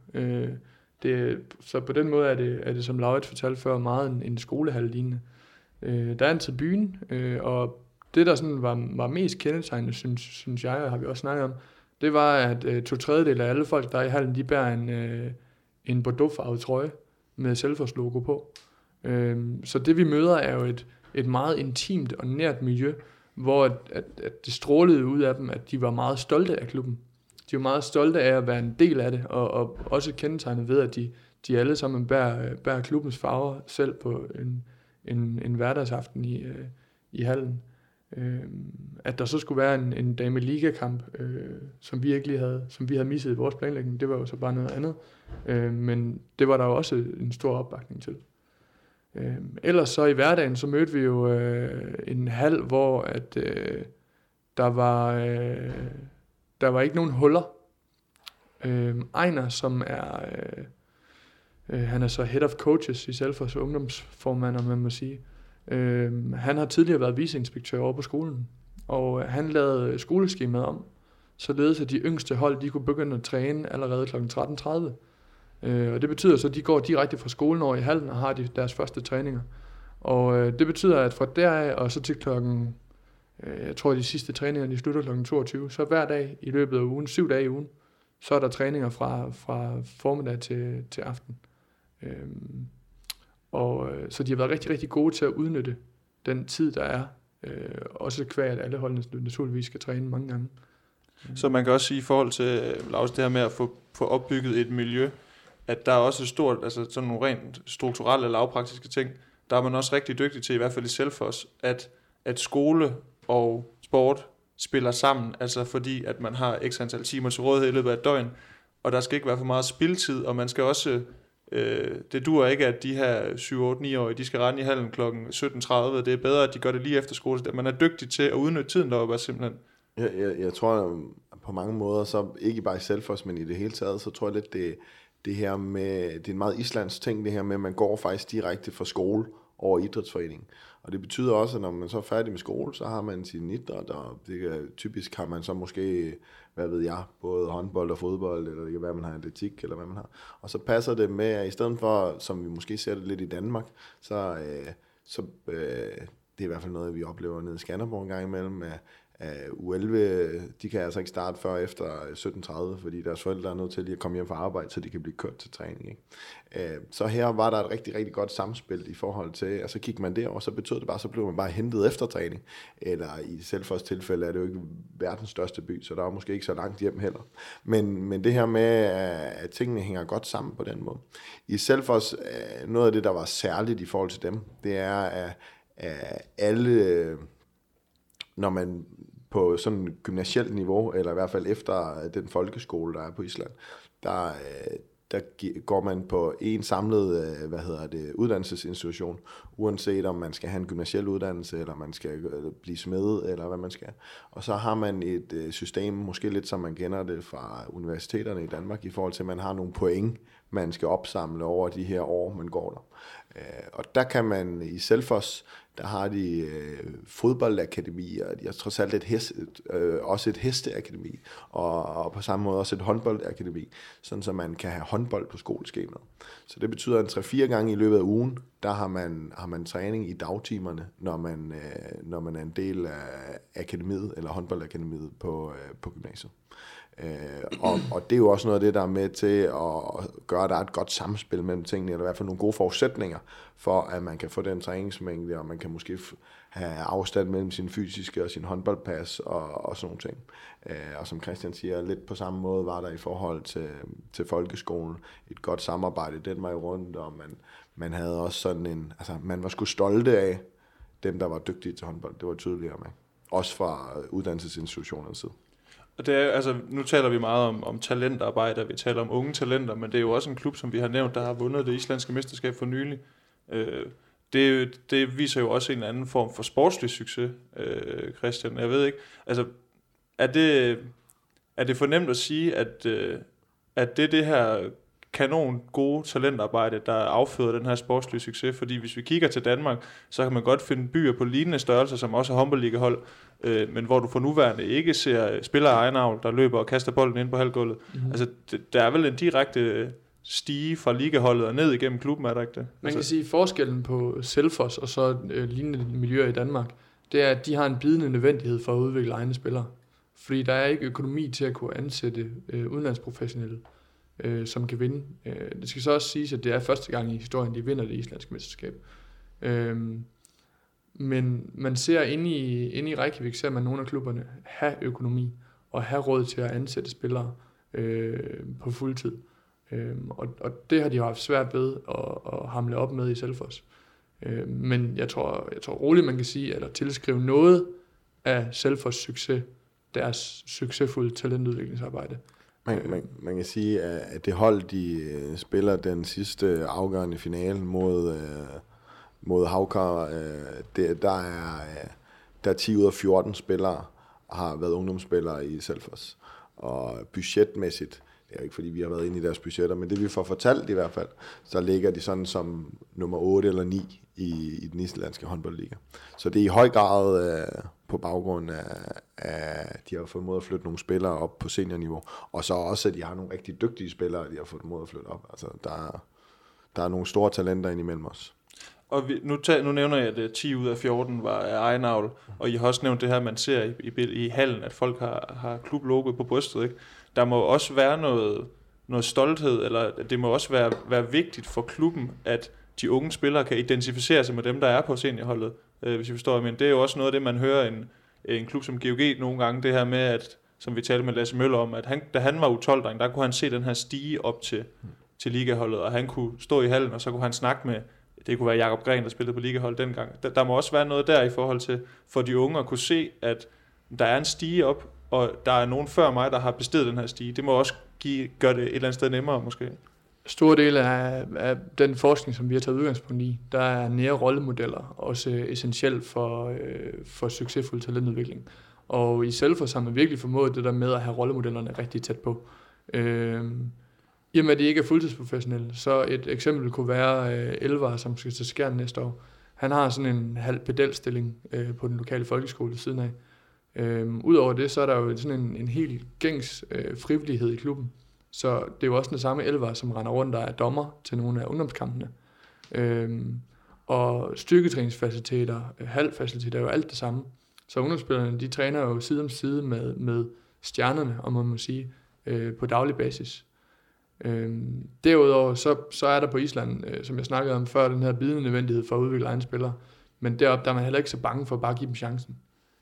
Så på den måde er det som Laurits fortalte før, meget en skolehal lignende. Der er en tribune, og det der sådan var mest kendetegnende, synes jeg, og har vi også snakket om, det var, at 2/3 af alle folk, der er i hallen, de bærer en bordeauxfarvet trøje med Selfoss logo på. Så det vi møder er jo et meget intimt og nært miljø, hvor at det strålede ud af dem, at de var meget stolte af klubben. De var meget stolte af at være en del af det, og også kendetegnet ved, at de alle sammen bærer klubbens farver selv på en hverdagsaften i hallen. At der så skulle være en Dame Liga-kamp, som vi ikke lige havde, som vi havde misset i vores planlægning, det var jo så bare noget andet. Men det var der jo også en stor opbakning til. Ellers så i hverdagen, så mødte vi jo en hal, hvor at der var ikke nogen huller. Ejner, som er han er så head of coaches i Selfoss, ungdomsformand, om man må sige. Han har tidligere været viceinspektør over på skolen, og han lavede skoleskemaet om, således at de yngste hold, de kunne begynde at træne allerede kl. 13:30. Og det betyder så, at de går direkte fra skolen over i hallen og har deres første træninger. Og det betyder, at fra deraf og så til klokken, jeg tror de sidste træninger, de slutter kl. 22, så hver dag i løbet af ugen, 7 dage i ugen, så er der træninger fra formiddag til aften. Så de har været rigtig, rigtig gode til at udnytte den tid, der er. Også kvæg, at alle holdene naturligvis skal træne mange gange. Så man kan også sige i forhold til, Laurits, det her med at få opbygget et miljø, at der er også et stort, altså sådan nogle rent strukturelle eller lavpraktiske ting, der er man også rigtig dygtig til, i hvert fald i Selfoss, at skole og sport spiller sammen, altså fordi at man har x antal timer til rådighed i løbet af et døgn, og der skal ikke være for meget spildtid, og man skal også, det duer ikke, at de her 7-8-9-årige, de skal rende i hallen kl. 17:30, det er bedre, at de gør det lige efter skole, man er dygtig til at udnytte tiden deroppe simpelthen. Jeg tror på mange måder, så ikke bare i Selfoss, men i det hele taget, så tror jeg lidt, det her med, det er en meget islandsk ting, det her med, at man går faktisk direkte fra skole over idrætsforeningen. Og det betyder også, at når man så er færdig med skole, så har man sin idræt, og typisk har man så måske, hvad ved jeg, både håndbold og fodbold, eller det kan være, man har atletik, eller hvad man har. Og så passer det med, at i stedet for, som vi måske ser det lidt i Danmark, så det er i hvert fald noget, vi oplever nede i Skanderborg en gang imellem, U11, de kan altså ikke starte før efter 17:30, fordi deres forældre er nødt til lige at komme hjem fra arbejde, så de kan blive kørt til træning. Ikke? Så her var der et rigtig, rigtig godt samspil i forhold til, altså gik man derover, så betød det bare, så blev man bare hentet efter træning. Eller i Selfoss tilfælde er det jo ikke verdens største by, så der er måske ikke så langt hjem heller. Men det her med, at tingene hænger godt sammen på den måde. I Selfoss, noget af det, der var særligt i forhold til dem, det er, at alle, når man på sådan et gymnasielt niveau, eller i hvert fald efter den folkeskole, der er på Island, der går man på en samlet uddannelsesinstitution, uanset om man skal have en gymnasiel uddannelse, eller man skal blive smed, eller hvad man skal. Og så har man et system, måske lidt som man kender det fra universiteterne i Danmark, i forhold til, at man har nogle point, man skal opsamle over de her år, man går der. Og der kan man i Selfoss, der har de fodboldakademier, de har trods alt også et hesteakademi, og på samme måde også et håndboldakademi, sådan så man kan have håndbold på skoleskemaet. Så det betyder, at 3-4 gange i løbet af ugen, der har man træning i dagtimerne, når man er en del af akademiet, eller håndboldakademiet på gymnasiet. Og det er jo også noget af det, der er med til at gøre, at der er et godt samspil mellem tingene, eller i hvert fald nogle gode forudsætninger for, at man kan få den træningsmængde, og man kan måske have afstand mellem sin fysiske og sin håndboldpas og sådan nogle ting. Og som Christian siger, lidt på samme måde var der i forhold til folkeskolen et godt samarbejde den vej rundt, og man havde også sådan man var sgu stolte af dem, der var dygtige til håndbold. Det var tydeligere med. Også fra uddannelsesinstitutionernes side. Og det er, nu taler vi meget om talentarbejde, vi taler om unge talenter, men det er jo også en klub, som vi har nævnt, der har vundet det islandske mesterskab for nylig. Det viser jo også en eller anden form for sportslig succes, Christian. Jeg ved ikke, er det for nemt at sige, at det her kanon gode talentarbejde, der afføder den her sportslige succes, fordi hvis vi kigger til Danmark, så kan man godt finde byer på lignende størrelser, som også er håndboldligahold, men hvor du for nuværende ikke ser spillere af egen avl, der løber og kaster bolden ind på halvgulvet. Mm-hmm. Altså, der er vel en direkte stige fra ligaholdet og ned igennem klubben, er der ikke det? Man kan sige, forskellen på Selfoss og så lignende miljøer i Danmark, det er, at de har en bidende nødvendighed for at udvikle egne spillere. Fordi der er ikke økonomi til at kunne ansætte udenlandsprofessionelle, som kan vinde. Det skal så også siges, at det er første gang i historien, de vinder det islandske mesterskab. Men man ser inde i Reykjavik, ser man nogle af klubberne have økonomi og have råd til at ansætte spillere på fuldtid. Og det har de jo haft svært ved at hamle op med i Selfoss. Men jeg tror roligt, man kan sige, eller tilskrive noget af Selfoss succes, deres succesfulde talentudviklingsarbejde. Man kan sige, at det hold, de spiller den sidste afgørende finale mod Haukar, der er 10 ud af 14 spillere har været ungdomsspillere i Selfoss. Og budgetmæssigt, det er ikke fordi vi har været inde i deres budgetter, men det vi får fortalt i hvert fald, så ligger de sådan som nummer 8 eller 9 i den islandske håndboldliga. Så det er i høj grad på baggrund af de har fået måde at flytte nogle spillere op på seniorniveau, og så også, at de har nogle rigtig dygtige spillere, de har fået måde at flytte op. Altså, der er nogle store talenter indimellem os. Og nu nævner jeg, at 10 ud af 14 var af egen avl, og I har også nævnt det her, man ser i hallen, at folk har klublogoet på brystet, ikke? Der må også være noget stolthed, eller det må også være vigtigt for klubben, at de unge spillere kan identificere sig med dem, der er på seniorholdet, hvis I forstår. Men det er jo også noget af det, man hører en klub som GOG nogle gange, det her med, at, som vi talte med Lasse Møller om, at da han var U12-dreng, der kunne han se den her stige op til ligaholdet, og han kunne stå i hallen, og så kunne han snakke med, det kunne være Jakob Gren, der spillede på ligaholdet dengang. Der må også være noget der i forhold til, for de unge at kunne se, at der er en stige op, og der er nogen før mig, der har bestedet den her stige. Det må også gøre det et eller andet sted nemmere, måske. Stor del af den forskning, som vi har taget udgangspunkt i, der er nære rollemodeller også essentielt for succesfuld talentudvikling. Og i Selfoss har man virkelig formået det der med at have rollemodellerne rigtig tæt på. I og med, at de ikke er fuldtidsprofessionelle, så et eksempel kunne være Elvar, som skal til Skjern næste år. Han har sådan en halv pedelstilling på den lokale folkeskole ved siden af. Udover det, så er der jo sådan en helt gængs frivillighed i klubben. Så det er jo også den samme Elvar, som render rundt, der er dommer til nogle af ungdomskampene. Og styrketræningsfaciliteter, halvfaciliteter er jo alt det samme. Så ungdomsspillerne, de træner jo side om side med stjernerne, om man må sige, på daglig basis. Derudover så er der på Island, som jeg snakkede om før, den her bidende nødvendighed for at udvikle egne spillere. Men deroppe der er man heller ikke så bange for at bare give dem chancen.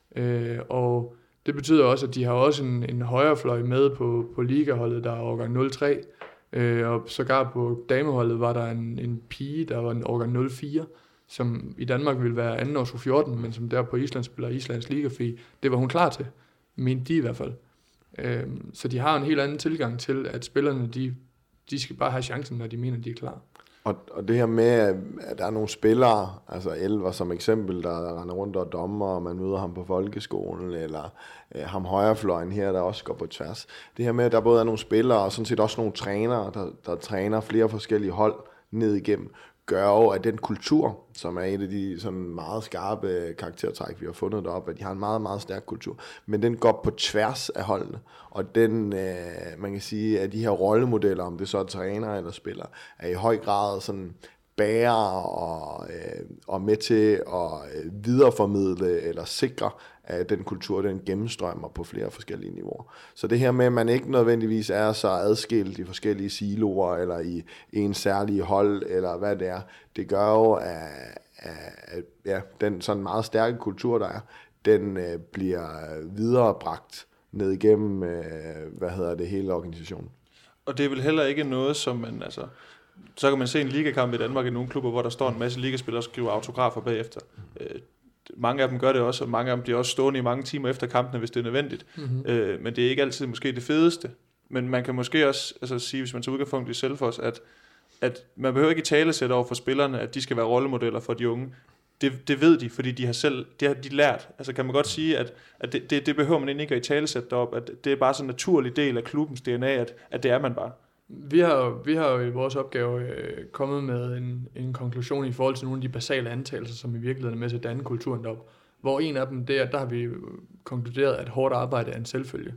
Og det betyder også, at de har også en højrefløj med på ligaholdet, der er årgang 03. Og sågar på dameholdet var der en pige, der var en årgang 04, som i Danmark ville være anden års 14, men som der på Island spiller Islands Liga, fordi det var hun klar til, mente de i hvert fald. Så de har en helt anden tilgang til, at spillerne, de skal bare have chancen, når de mener, de er klar. Og det her med, at der er nogle spillere, altså Elver som eksempel, der render rundt og dommer, og man møder ham på folkeskolen, eller ham højrefløjen her, der også går på tværs. Det her med, at der både er nogle spillere, og sådan set også nogle trænere, der træner flere forskellige hold ned igennem, gør jo, at den kultur, som er et af de sådan meget skarpe karaktertræk, vi har fundet deroppe, at de har en meget, meget stærk kultur, men den går på tværs af holdene, og den, man kan sige, at de her rollemodeller, om det så er trænere eller spillere, er i høj grad sådan bærer og med til at videreformidle eller sikre, at den kultur, den gennemstrømmer på flere forskellige niveauer. Så det her med, at man ikke nødvendigvis er så adskilt i forskellige siloer, eller i en særlig hold, eller hvad det er, det gør jo, at den sådan meget stærke kultur, der er, den bliver viderebragt ned igennem, hele organisationen. Og det er vel heller ikke noget, som man, altså, så kan man se en ligakamp i Danmark i nogle klubber, hvor der står en masse ligaspillere og skriver autografer bagefter. Mange af dem gør det også, og mange af dem bliver også stående i mange timer efter kampene, hvis det er nødvendigt. Mm-hmm. Men det er ikke altid måske det fedeste. Men man kan måske også sige, hvis man tager udgangspunkt i Selfoss, at man behøver ikke i talesætte over for spillerne, at de skal være rollemodeller for de unge. Det ved de, fordi det har de lært. Altså kan man godt sige, at det behøver man egentlig ikke at i talesætte derop, at det er bare sådan en naturlig del af klubbens DNA, at det er man bare. Vi har jo i vores opgave kommet med en konklusion i forhold til nogle af de basale antagelser, som i virkeligheden er med til at danne kulturen deroppe. Hvor en af dem, der har vi konkluderet, at hårdt arbejde er en selvfølge.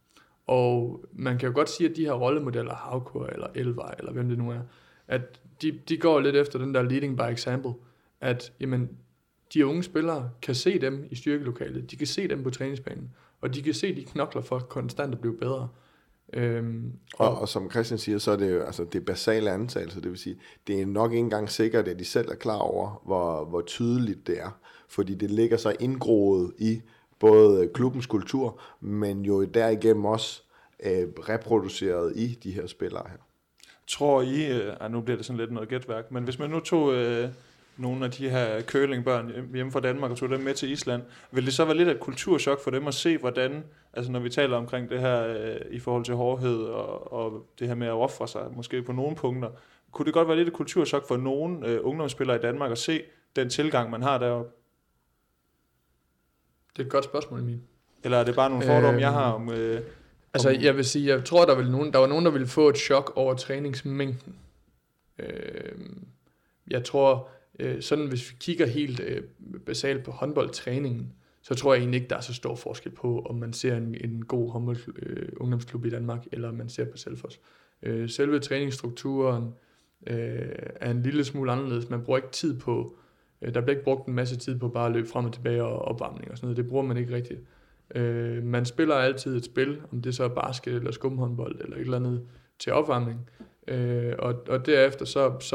Og man kan jo godt sige, at de her rollemodeller, Havkur eller Elvar, eller hvem det nu er, at de går lidt efter den der leading by example, at jamen, de unge spillere kan se dem i styrkelokalet, de kan se dem på træningsbanen, og de kan se, at de knokler for konstant at blive bedre. Og som Christian siger, så er det jo altså det basale antagelse, det vil sige, det er nok ikke engang sikkert, at de selv er klar over, hvor tydeligt det er, fordi det ligger så indgroet i både klubbens kultur, men jo derigennem også reproduceret i de her spillere her. Tror I, nu bliver det sådan lidt noget gætværk, men hvis man nu tog nogle af de her curlingbørn hjemme fra Danmark og tog dem med til Island, vil det så være lidt af et kulturschok for dem at se, hvordan, altså når vi taler omkring det her i forhold til hårdhed og det her med at ofre sig, måske på nogle punkter, kunne det godt være lidt et kulturschok for nogle ungdomsspillere i Danmark at se den tilgang, man har deroppe? Det er et godt spørgsmål, Emil. Eller er det bare nogle fordomme, jeg har om... Altså, jeg vil sige, jeg tror, der var nogen, der ville få et chok over træningsmængden. Jeg tror, sådan hvis vi kigger helt basalt på håndboldtræningen, så tror jeg egentlig ikke, der er så stor forskel på, om man ser en god ungdomsklub i Danmark, eller om man ser på Selfoss. Selve træningsstrukturen er en lille smule anderledes. Man bruger ikke tid på, der bliver ikke brugt en masse tid på bare at løbe frem og tilbage og opvarmning og sådan noget. Det bruger man ikke rigtigt. Man spiller altid et spil, om det så er basket eller skumhåndbold eller et eller andet til opvarmning. Og derefter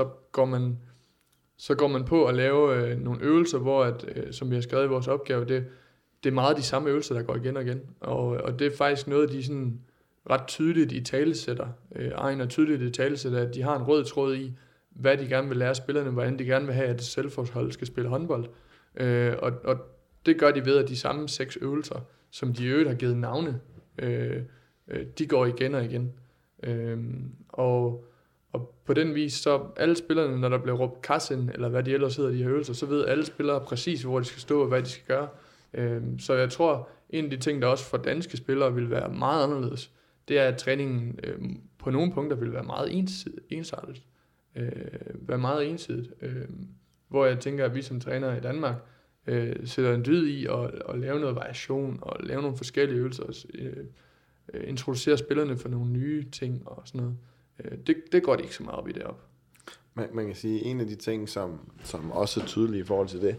så går man på at lave nogle øvelser, hvor som vi har skrevet i vores opgave, det er meget de samme øvelser, der går igen og igen. Og det er faktisk noget, de sådan ret tydeligt i talesætter. Ejner tydeligt i talesætter, at de har en rød tråd i, hvad de gerne vil lære spillerne, hvordan de gerne vil have, at Selfoss-hold skal spille håndbold. Og det gør de ved, at de samme 6 øvelser, som de i øvrigt har givet navne, de går igen og igen. Og på den vis, så alle spillerne, når der bliver råbt kassen, eller hvad de ellers hedder, de her øvelser, så ved alle spillere præcis, hvor de skal stå, og hvad de skal gøre. Så jeg tror, en af de ting, der også for danske spillere vil være meget anderledes, det er, at træningen på nogle punkter vil være meget ensartet. Være meget ensidigt. Hvor jeg tænker, at vi som trænere i Danmark sætter en dyd i at lave noget variation, og lave nogle forskellige øvelser, og introducere spillerne for nogle nye ting og sådan noget. Det går det ikke så meget op i deroppe. Man kan sige, en af de ting, som også er tydelige i forhold til det,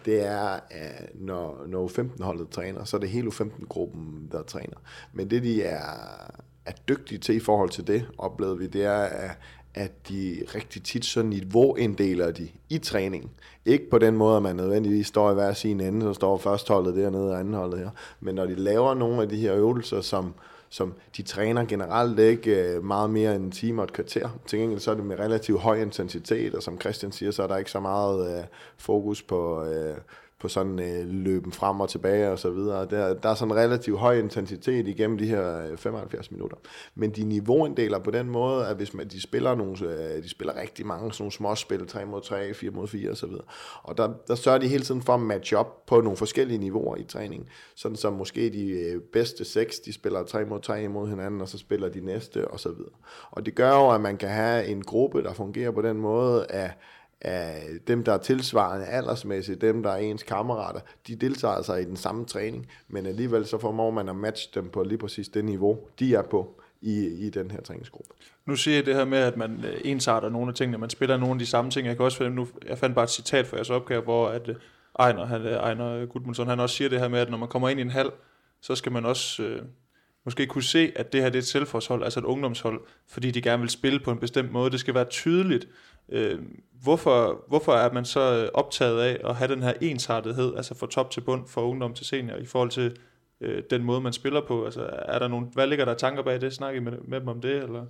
det er, når U15-holdet træner, så er det hele U15-gruppen, der træner. Men det, de er dygtige til i forhold til det, oplevede vi, det er, at de rigtig tit så niveauinddeler de i træningen. Ikke på den måde, at man nødvendigvis står i hver sin ende, så står førstholdet dernede og andenholdet her. Men når de laver nogle af de her øvelser, som de træner generelt ikke meget mere end en time og et kvarter. Til gengæld så er det med relativt høj intensitet, og som Christian siger, så er der ikke så meget fokus på sådan løben frem og tilbage og så videre. Der er sådan relativt høj intensitet igennem de her 75 minutter. Men de niveauinddeler på den måde, at hvis de spiller rigtig mange sådan nogle småspil, 3 mod 3, 4 mod 4 og så videre. Og der sørger de hele tiden for at matche op på nogle forskellige niveauer i træningen. Sådan som måske de bedste 6, de spiller 3 mod 3 imod hinanden, og så spiller de næste og så videre. Og det gør jo, at man kan have en gruppe, der fungerer på den måde, af dem, der er tilsvarende aldersmæssigt, dem, der er ens kammerater, de deltager altså i den samme træning, men alligevel så formår man at matche dem på lige præcis det niveau, de er på i den her træningsgruppe. Nu siger jeg det her med, at man ensarter nogle af tingene, man spiller nogle af de samme ting. Jeg kan også fornemme, jeg fandt bare et citat for jeres opgave, hvor at Ejner Gudmundsson, han også siger det her med, at når man kommer ind i en hal, så skal man også måske kunne se, at det her det er et selvforshold, altså et ungdomshold, fordi de gerne vil spille på en bestemt måde. Det skal være tydeligt. Hvorfor er man så optaget af at have den her ensartethed, altså fra top til bund, fra ungdom til senior, i forhold til den måde, man spiller på? Altså, er der hvad ligger der tanker bag det? Snakker I med dem om det, eller?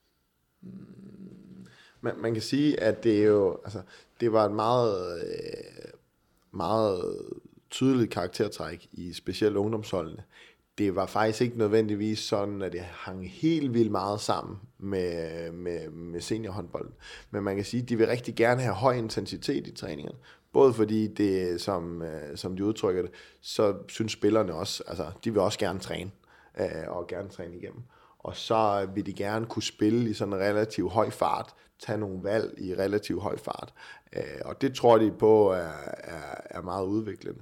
Man kan sige, at det er jo, altså, det var et meget tydeligt karaktertræk i specielt ungdomsholdene. Det var faktisk ikke nødvendigvis sådan, at det hang helt vildt meget sammen med seniorhåndbolden. Men man kan sige, at de vil rigtig gerne have høj intensitet i træningerne. Både fordi det, som de udtrykker det, så synes spillerne også, altså de vil også gerne træne, og gerne træne igennem. Og så vil de gerne kunne spille i sådan en relativt høj fart, tage nogle valg i relativt høj fart. Og det tror de på er meget udviklende.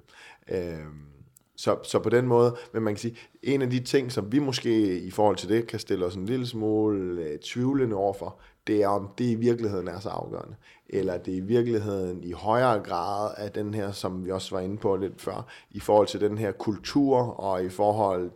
Så på den måde, men man kan sige, en af de ting, som vi måske i forhold til det kan stille os en lille smule tvivlende overfor, det er, om det i virkeligheden er så afgørende. Eller det i virkeligheden i højere grad af den her, som vi også var inde på lidt før, i forhold til den her kultur og i forhold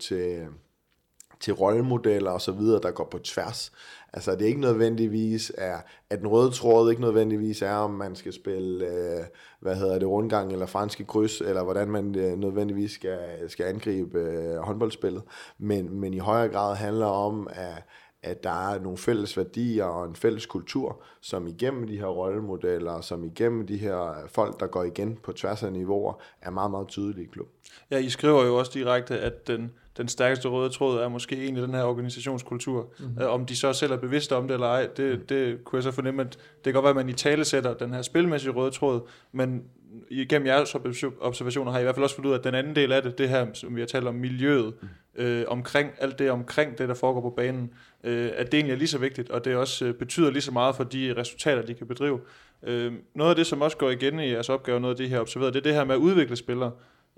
til rollemodeller og så videre, der går på tværs. Altså det er ikke nødvendigvis at den røde tråd ikke nødvendigvis er, om man skal spille, rundgang eller franske kryds, eller hvordan man nødvendigvis skal angribe håndboldspillet. Men i højere grad handler om, at der er nogle fælles værdier og en fælles kultur, som igennem de her rollemodeller, som igennem de her folk, der går igen på tværs af niveauer, er meget, meget tydelige i klubben. Ja, I skriver jo også direkte, at den stærkeste røde tråd er måske egentlig den her organisationskultur. Mm-hmm. Om de så selv er bevidste om det eller ej, det kunne jeg så fornemme, at det kan godt være, at man i tale sætter den her spilmæssige røde tråd, men igennem jeres observationer har I hvert fald også fundet ud af, at den anden del af det her, som vi har talt om, miljøet, omkring alt det, omkring det, der foregår på banen, at det egentlig er lige så vigtigt, og det også betyder lige så meget for de resultater, de kan bedrive. Noget af det, som også går igen i jeres opgave, noget af det her observeret, det er det her med at udvikle spillere.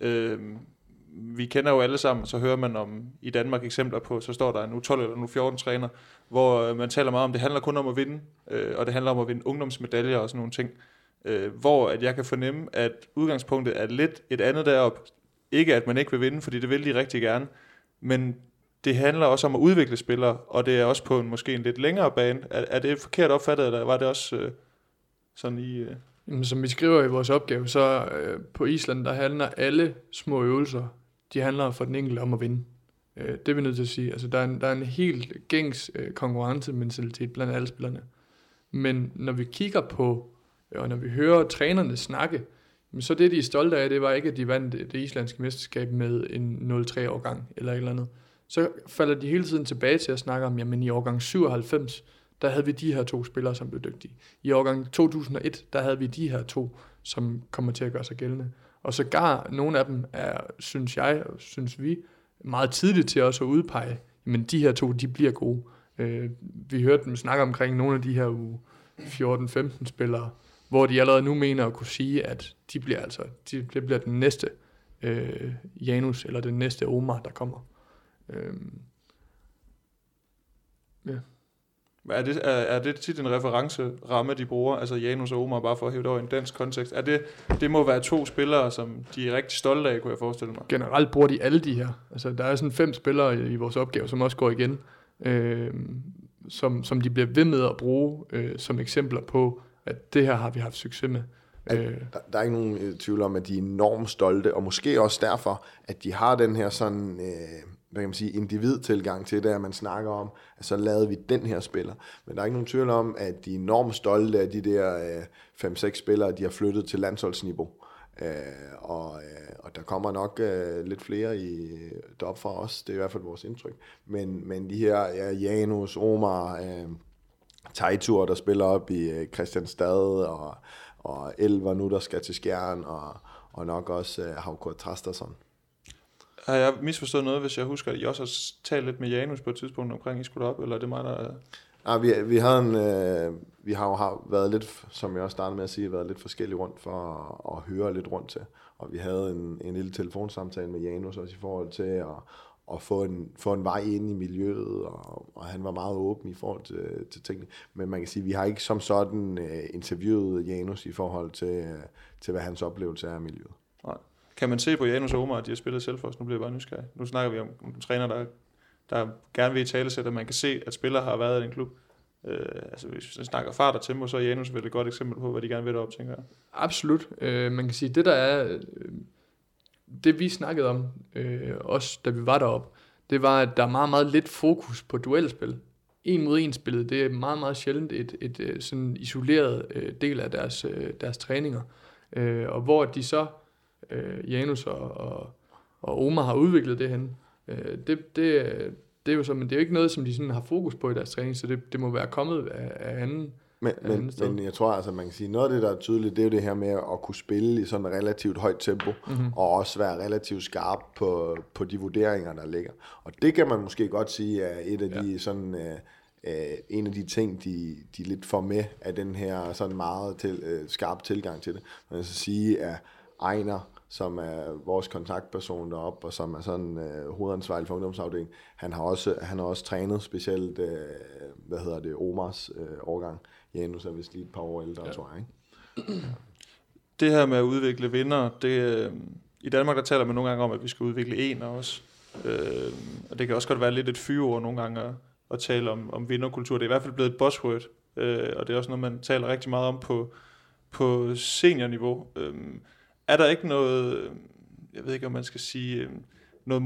Vi kender jo alle sammen, så hører man om i Danmark eksempler på, så står der en U12 eller en U14 træner, hvor man taler meget om, det handler kun om at vinde, og det handler om at vinde ungdomsmedaljer og sådan nogle ting. Hvor at jeg kan fornemme, at udgangspunktet er lidt et andet deroppe. Ikke at man ikke vil vinde, fordi det vil de rigtig gerne, men det handler også om at udvikle spillere, og det er også på måske en lidt længere bane. Er det forkert opfattet, eller var det også sådan i... Som vi skriver i vores opgave, så på Island, der handler alle små øvelser, de handler for den enkelte om at vinde. Det er vi nødt til at sige. Altså, der er en helt gængs konkurrencementalitet blandt alle spillerne. Men når vi kigger på, og når vi hører trænerne snakke, så det, de er stolte af, det var ikke, at de vandt det islandske mesterskab med en 0-3-årgang eller et eller andet. Så falder de hele tiden tilbage til at snakke om, jamen i årgang 97, der havde vi de her 2 spillere, som blev dygtige. I årgang 2001, der havde vi de her 2, som kommer til at gøre sig gældende. Og sågar nogle af dem er, synes jeg, og synes vi, meget tidligt til også at udpege, men de her 2, de bliver gode. Vi hørte dem snakke omkring nogle af de her 14-15 spillere, hvor de allerede nu mener at kunne sige, at det bliver den næste Janus, eller den næste Omar, der kommer. Ja. Er det tit en referenceramme, de bruger, altså Janus og Omar, bare for at hæve det over i en dansk kontekst? Det må være 2 spillere, som de er rigtig stolte af, kunne jeg forestille mig. Generelt bruger de alle de her. Altså, der er sådan 5 spillere i vores opgave, som også går igen, som de bliver ved med at bruge som eksempler på, at det her har vi haft succes med. Der er ikke nogen tvivl om, at de er enormt stolte, og måske også derfor, at de har den her sådan, hvad kan man sige, individtilgang til det, at man snakker om, at så lavede vi den her spiller. Men der er ikke nogen tvivl om, at de er enormt stolte af de der 5-6 spillere, de har flyttet til landsholdsniveau. Og der kommer nok lidt flere derop fra os, det er i hvert fald vores indtryk. Men de her Janus, Omar, Teitur, der spiller op i Kristianstad, og Elver nu, der skal til Skjern, og nok også Havkurt Trastason. Har jeg misforstået noget, hvis jeg husker, at I også har talt lidt med Janus på et tidspunkt omkring, I skulle op, eller er det mig, der... Nej, vi har jo været lidt, som jeg også startede med at sige, været lidt forskellige rundt for at høre lidt rundt til. Og vi havde en lille telefonsamtale med Janus også i forhold til at få en vej ind i miljøet, og han var meget åben i forhold til tingene. Men man kan sige, at vi har ikke som sådan interviewet Janus i forhold til hvad hans oplevelse er af miljøet. Nej. Kan man se på Janus og Omar, at de har spillet Selfoss? Nu bliver jeg bare nysgerrig. Nu snakker vi om en træner, der gerne vil i talesætte, at man kan se, at spillere har været i den klub. Altså hvis vi snakker fart og tempo, så er Janus vel et godt eksempel på, hvad de gerne vil derop, tænker jeg. Absolut. Man kan sige, det der er, det vi snakkede om, også da vi var deroppe, det var, at der er meget, meget lidt fokus på duelspil. 1 mod 1 spillet, det er meget, meget sjældent et sådan isoleret del af deres træninger. Og hvor de så, Janus og Omar har udviklet det hen, det er jo så, men det er jo ikke noget, som de sådan har fokus på i deres træning, så det må være kommet af anden. Men jeg tror altså, man kan sige, noget af det, der er tydeligt, det er jo det her med at kunne spille i sådan et relativt højt tempo, og også være relativt skarp på de vurderinger, der ligger. Og det kan man måske godt sige er et af de sådan... en af de ting, de lidt får med af den her sådan meget skarp tilgang til det. Man kan så sige, at Ejner, som er vores kontaktperson deroppe, og som er sådan hovedansvarlig for ungdomsafdelingen, han har også trænet specielt, Omars årgang. Janus er vist lige et par år ældre, tror jeg, ikke? Det her med at udvikle vinder, i Danmark der taler man nogle gange om, at vi skal udvikle en også. Og det kan også godt være lidt et fyreord nogle gange at tale om vinderkultur. Det er i hvert fald blevet et buzzword, og det er også noget, man taler rigtig meget om på seniorniveau. Er der ikke noget, jeg ved ikke, om man skal sige, noget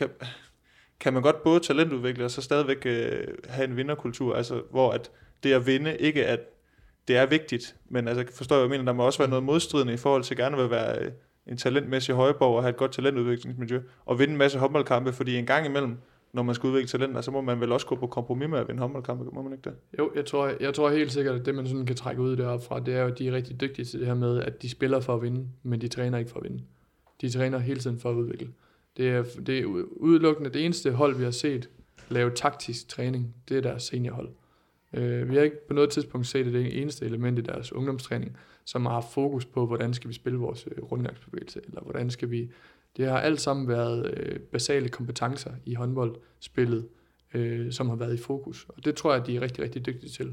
kan man godt både talentudvikle og så stadigvæk have en vinderkultur, altså hvor at det at vinde ikke at det er vigtigt, men altså forstår jeg, hvad jeg mener, der må også være noget modstridende i forhold til gerne at være en talentmæssig højborg og have et godt talentudviklingsmiljø og vinde en masse håndboldkampe, fordi en gang imellem, når man skal udvikle talenter, så må man vel også gå på kompromis med at vinde håndboldkampe, må man ikke det? Jo, jeg tror helt sikkert, at det man sådan kan trække ud deroppe fra, det er jo, at de er rigtig dygtige til det her med, at de spiller for at vinde, men de træner ikke for at vinde. De træner hele tiden for at udvikle. Det er udelukkende det eneste hold, vi har set lave taktisk træning, det er deres seniorhold. Vi har ikke på noget tidspunkt set det eneste element i deres ungdomstræning, som har haft fokus på, hvordan skal vi spille vores rundgangsbevægelse, eller hvordan skal vi... Det har alt sammen været basale kompetencer i håndboldspillet, som har været i fokus. Og det tror jeg, de er rigtig, rigtig dygtige til.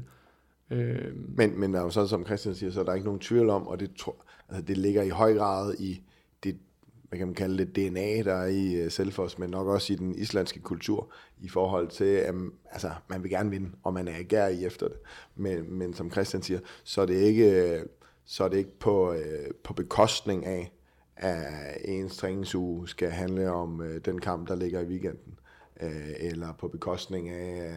Men der er jo så, som Christian siger, så er der ikke nogen tvivl om, og det ligger i høj grad i det, hvad kan man kalde det, DNA, der er i Selfoss, men nok også i den islandske kultur, i forhold til, at man vil gerne vinde, og man er agerig efter det. Men som Christian siger, så er det ikke på bekostning af, at ens træningsuge skal handle om den kamp, der ligger i weekenden, eller på bekostning af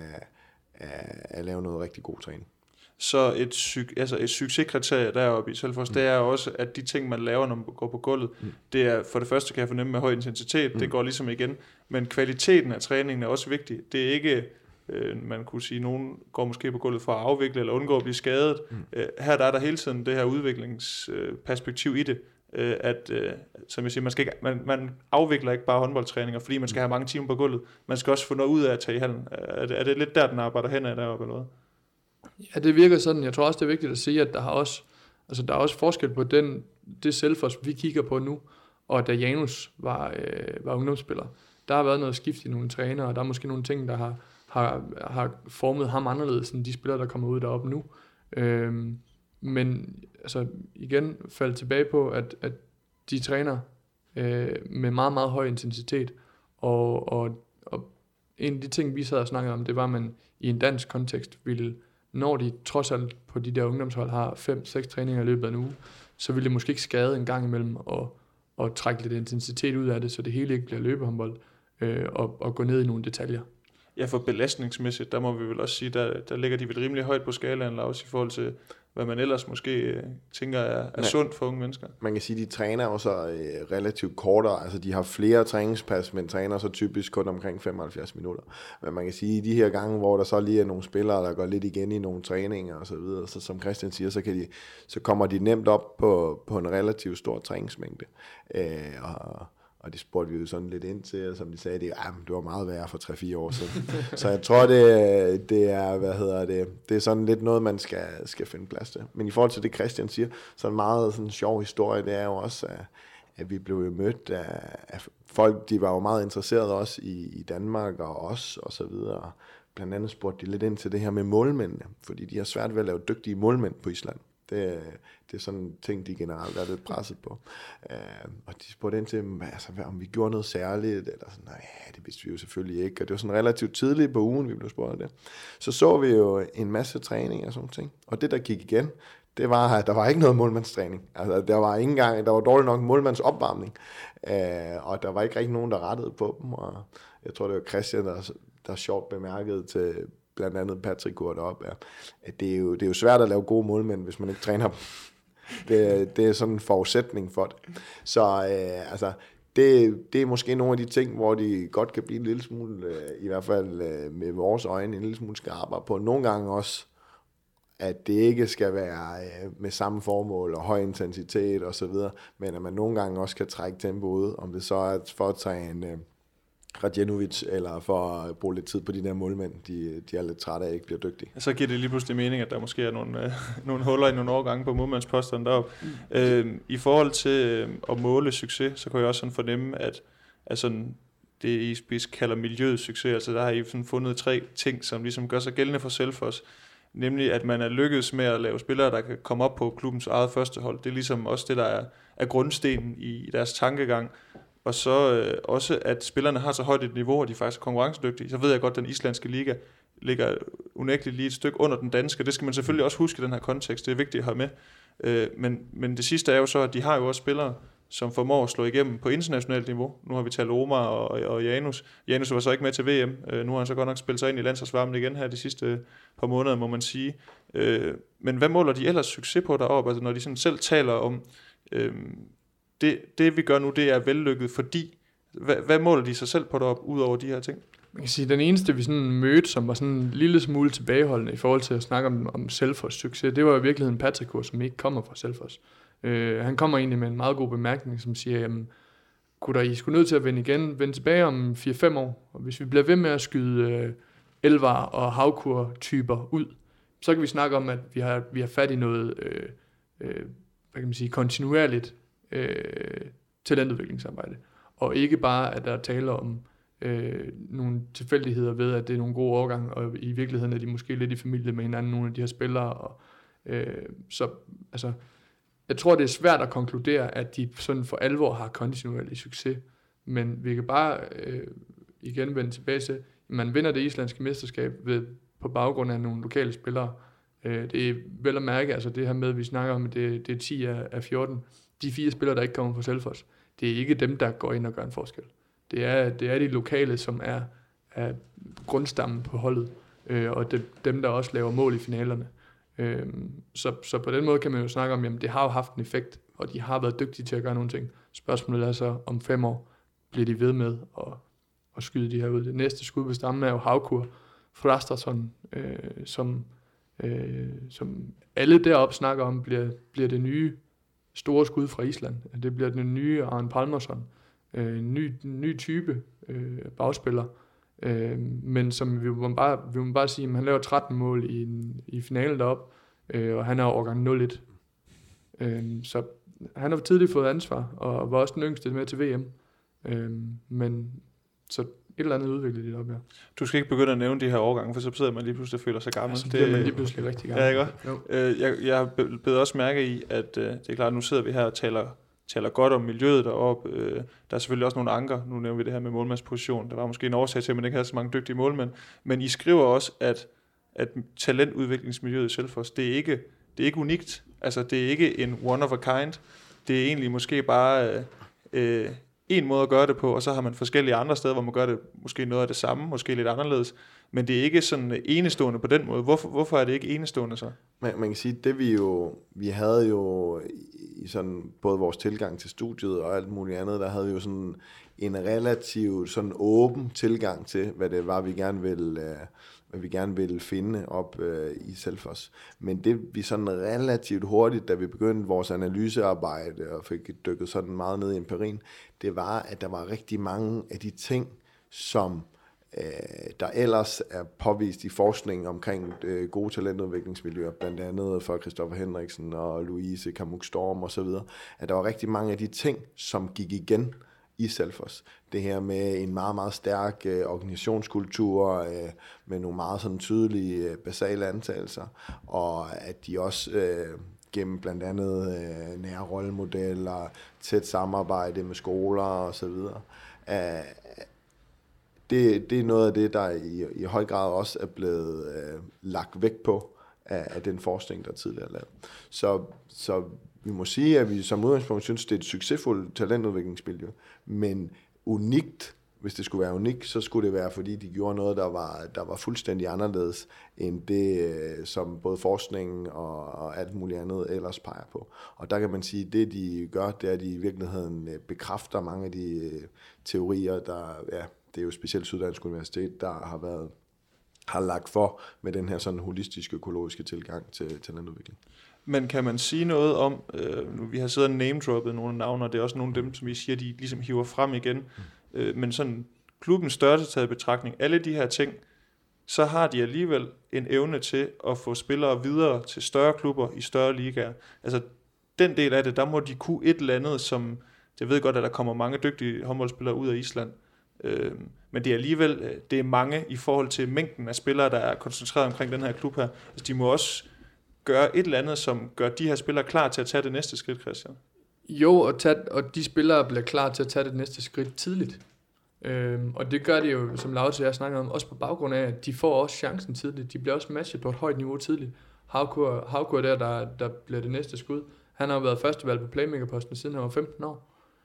at lave noget rigtig god træning. Så et succeskriterie deroppe i Selfoss, det er også, at de ting, man laver, når man går på gulvet, det er for det første, kan jeg fornemme, med høj intensitet, det går ligesom igen, men kvaliteten af træningen er også vigtig. Det er ikke, man kunne sige, nogen går måske på gulvet for at afvikle eller undgå at blive skadet. Her der er der hele tiden det her udviklingsperspektiv i det, som jeg siger, man afvikler ikke bare håndboldtræninger, fordi man skal have mange timer på gulvet. Man skal også få noget ud af at tage i hallen. Er det lidt der, den arbejder hen ad deroppe, eller hvad? Ja, det virker sådan. Jeg tror også, det er vigtigt at sige, at der er også forskel på det Selfoss, vi kigger på nu, og da Janus var ungdomsspiller. Der har været noget skift i nogle trænere, og der er måske nogle ting, der har har formet ham anderledes end de spillere, der kommer ud deroppe nu. Men altså igen faldt tilbage på, at de træner med meget, meget høj intensitet, og en af de ting, vi sad og snakkede om, det var, at man i en dansk kontekst ville, når de trods alt på de der ungdomshold har 5-6 træninger i løbet af en uge, så ville det måske ikke skade en gang imellem at trække lidt intensitet ud af det, så det hele ikke bliver løbehåndbold, og gå ned i nogle detaljer. Ja, for belastningsmæssigt, der må vi vel også sige, der ligger de vel rimelig højt på skalaen, også i forhold til, hvad man ellers måske tænker er sundt for unge mennesker. Man kan sige, at de træner også relativt kortere. Altså, de har flere træningspas, men træner så typisk kun omkring 75 minutter. Men man kan sige, at de her gange, hvor der så lige er nogle spillere, der går lidt igen i nogle træninger og så videre, så som Christian siger, så kommer de nemt op på en relativt stor træningsmængde. Og det spurgte vi jo sådan lidt ind til, og som de sagde, det var meget værre for 3-4 år siden. Så jeg tror, det er, det er sådan lidt noget, man skal finde plads til. Men i forhold til det, Christian siger, så en meget sådan sjov historie, det er jo også, at vi blev mødt af folk, de var jo meget interesserede også i Danmark og os og så videre. Blandt andet spurgte de lidt ind til det her med målmændene, fordi de har svært ved at lave dygtige målmænd på Island. Det er sådan en ting, de generelt er lidt presset på. Og de spurgte ind til, om vi gjorde noget særligt, eller sådan, nej, det vidste vi jo selvfølgelig ikke. Og det var sådan relativt tidligt på ugen, vi blev spurgt af det. Så vi jo en masse træning og sådan ting. Og det, der gik igen, det var, at der var ikke noget målmandstræning. Altså, der var ikke engang, der var dårligt nok målmandsopvarmning. Og der var ikke rigtig nogen, der rettede på dem. Og jeg tror, det var Christian, der sjovt bemærkede til blandt andet Patrick går derop, at det er jo svært at lave gode målmænd, hvis man ikke træner dem. Det er sådan en forudsætning for det. Så det er måske nogle af de ting, hvor de godt kan blive en lille smule, i hvert fald med vores øjne, en lille smule skarpere på. Nogle gange også, at det ikke skal være med samme formål og høj intensitet og så videre, men at man nogle gange også kan trække tempoet, om det så er for at tage en Radjenovic, eller for at bruge lidt tid på de der målmænd, de er lidt trætte af, ikke bliver dygtige. Så giver det lige pludselig mening, at der måske er nogle huller i nogle årgange på målmandsposterne deroppe. I forhold til at måle succes, så kan jeg også sådan fornemme, at sådan, det I spidst kalder miljøet succes, altså der har I sådan fundet 3 ting, som ligesom gør sig gældende for Selfoss, nemlig at man er lykkedes med at lave spillere, der kan komme op på klubbens eget førstehold. Det er ligesom også det, der er grundstenen i deres tankegang. Og så også, at spillerne har så højt et niveau, at de faktisk er konkurrencedygtige. Så ved jeg godt, at den islandske liga ligger unægteligt lige et stykke under den danske. Det skal man selvfølgelig også huske i den her kontekst. Det er vigtigt at have med. Men det sidste er jo så, at de har jo også spillere, som formår at slå igennem på internationalt niveau. Nu har vi talt Omar og Janus. Janus var så ikke med til VM. Nu har han så godt nok spillet sig ind i landsholdsvarmen igen her de sidste par måneder, må man sige. Men hvad måler de ellers succes på deroppe? Altså, når de sådan selv taler om... Det vi gør nu, det er vellykket, fordi hvad måler de sig selv på deroppe, ud over de her ting? Man kan sige, den eneste vi sådan mødte, som var sådan en lille smule tilbageholdende i forhold til at snakke om Selfoss succes, det var i virkeligheden Patrick, som ikke kommer fra Selfoss. Han kommer egentlig med en meget god bemærkning, som siger, jamen, gutter, I skulle nødt til at vende tilbage om 4-5 år, og hvis vi bliver ved med at skyde Elvar og Havkur-typer ud, så kan vi snakke om, at vi har fat i noget, hvad kan man sige, kontinuerligt talentudviklingsarbejde, og ikke bare at der taler om nogle tilfældigheder ved, at det er nogle gode årgange, og i virkeligheden er de måske lidt i familie med hinanden, nogle af de her spillere, og så altså, jeg tror det er svært at konkludere, at de sådan for alvor har kontinuerlig succes, men vi kan bare igen vende tilbage til, at man vinder det islandske mesterskab på baggrund af nogle lokale spillere. Det er vel at mærke, altså det her med, vi snakker om, det er 10 af 14. De 4 spillere, der ikke kommer fra Selfoss, det er ikke dem, der går ind og gør en forskel. Det er de lokale, som er grundstammen på holdet, og det er dem, der også laver mål i finalerne. Så på den måde kan man jo snakke om, jamen det har jo haft en effekt, og de har været dygtige til at gøre nogle ting. Spørgsmålet er så, om 5 år bliver de ved med at skyde de her ud. Det næste skud på stammen er jo Havkur Frastason, som alle deroppe snakker om, bliver det nye store skud fra Island. Det bliver den nye Arne Palmersson. En ny type bagspiller. Men som vi må bare sige, at han laver 13 mål i finalen deroppe, og han er årgang 0-1. Så han har tidligt fået ansvar, og var også den yngste med til VM. Men så eller andet udviklet i det opgør. Du skal ikke begynde at nævne de her årgange, for så sidder man lige pludselig og føler sig gammel. Så bliver man lige pludselig rigtig gammel. Ja, ikke? Jeg bed også mærke i, at det er klart, at nu sidder vi her og taler godt om miljøet deroppe. Der er selvfølgelig også nogle anker. Nu nævner vi det her med målmandsposition. Der var måske en årsag til, at man ikke havde så mange dygtige målmænd. Men I skriver også, at talentudviklingsmiljøet i Selfoss, det er ikke unikt. Altså, det er ikke en one of a kind. Det er egentlig måske bare en måde at gøre det på, og så har man forskellige andre steder, hvor man gør det måske noget af det samme, måske lidt anderledes. Men det er ikke sådan enestående på den måde. Hvorfor er det ikke enestående så? Man kan sige, det vi havde jo i sådan både vores tilgang til studiet og alt muligt andet, der havde vi jo sådan en relativt sådan åben tilgang til, hvad det var, vi gerne ville finde op i Selfoss. Men det vi sådan relativt hurtigt, da vi begyndte vores analysearbejde og fik dykket sådan meget ned i empirien, det var, at der var rigtig mange af de ting, som der ellers er påvist i forskningen omkring gode talentudviklingsmiljøer, blandt andet for Christoffer Henriksen og Louise Kamuk Storm og så videre, at der var rigtig mange af de ting, som gik igen i Selfoss. Det her med en meget, meget stærk organisationskultur med nogle meget sådan tydelige basale antagelser, og at de også gennem blandt andet nære rollemodeller, tæt samarbejde med skoler og så videre. Det er noget af det, der i høj grad også er blevet lagt vægt på af den forskning, der tidligere er lavet. Så vi må sige, at vi som udgangspunkt synes, det er et succesfuldt talentudviklingsmiljø, men unikt, hvis det skulle være unikt, så skulle det være, fordi de gjorde noget, der var fuldstændig anderledes end det, som både forskningen og alt muligt andet ellers peger på. Og der kan man sige, at det de gør, det er, at de i virkeligheden bekræfter mange af de teorier, det er jo specielt Syddansk Universitet, der har lagt for med den her sådan holistiske økologiske tilgang til talentudvikling. Men kan man sige noget om, vi har siddet og name-droppet nogle navne, og det er også nogle af dem, som vi siger, de ligesom hiver frem igen, men sådan klubbens størrelse taget i betragtning, alle de her ting, så har de alligevel en evne til at få spillere videre til større klubber i større ligaer. Altså den del af det, der må de kunne et eller andet, som, jeg ved godt, at der kommer mange dygtige håndboldspillere ud af Island, men det er alligevel, det er mange i forhold til mængden af spillere, der er koncentreret omkring den her klub her. Altså de må også gøre et eller andet, som gør de her spillere klar til at tage det næste skridt, Christian. Jo, og de spillere bliver klar til at tage det næste skridt tidligt. Og det gør de jo, som Laura og jeg snakker om, også på baggrund af, at de får også chancen tidligt. De bliver også matchet på et højt niveau tidligt. Havkur der bliver det næste skud. Han har jo været førstevalg på playmakerposten, siden han var 15 år.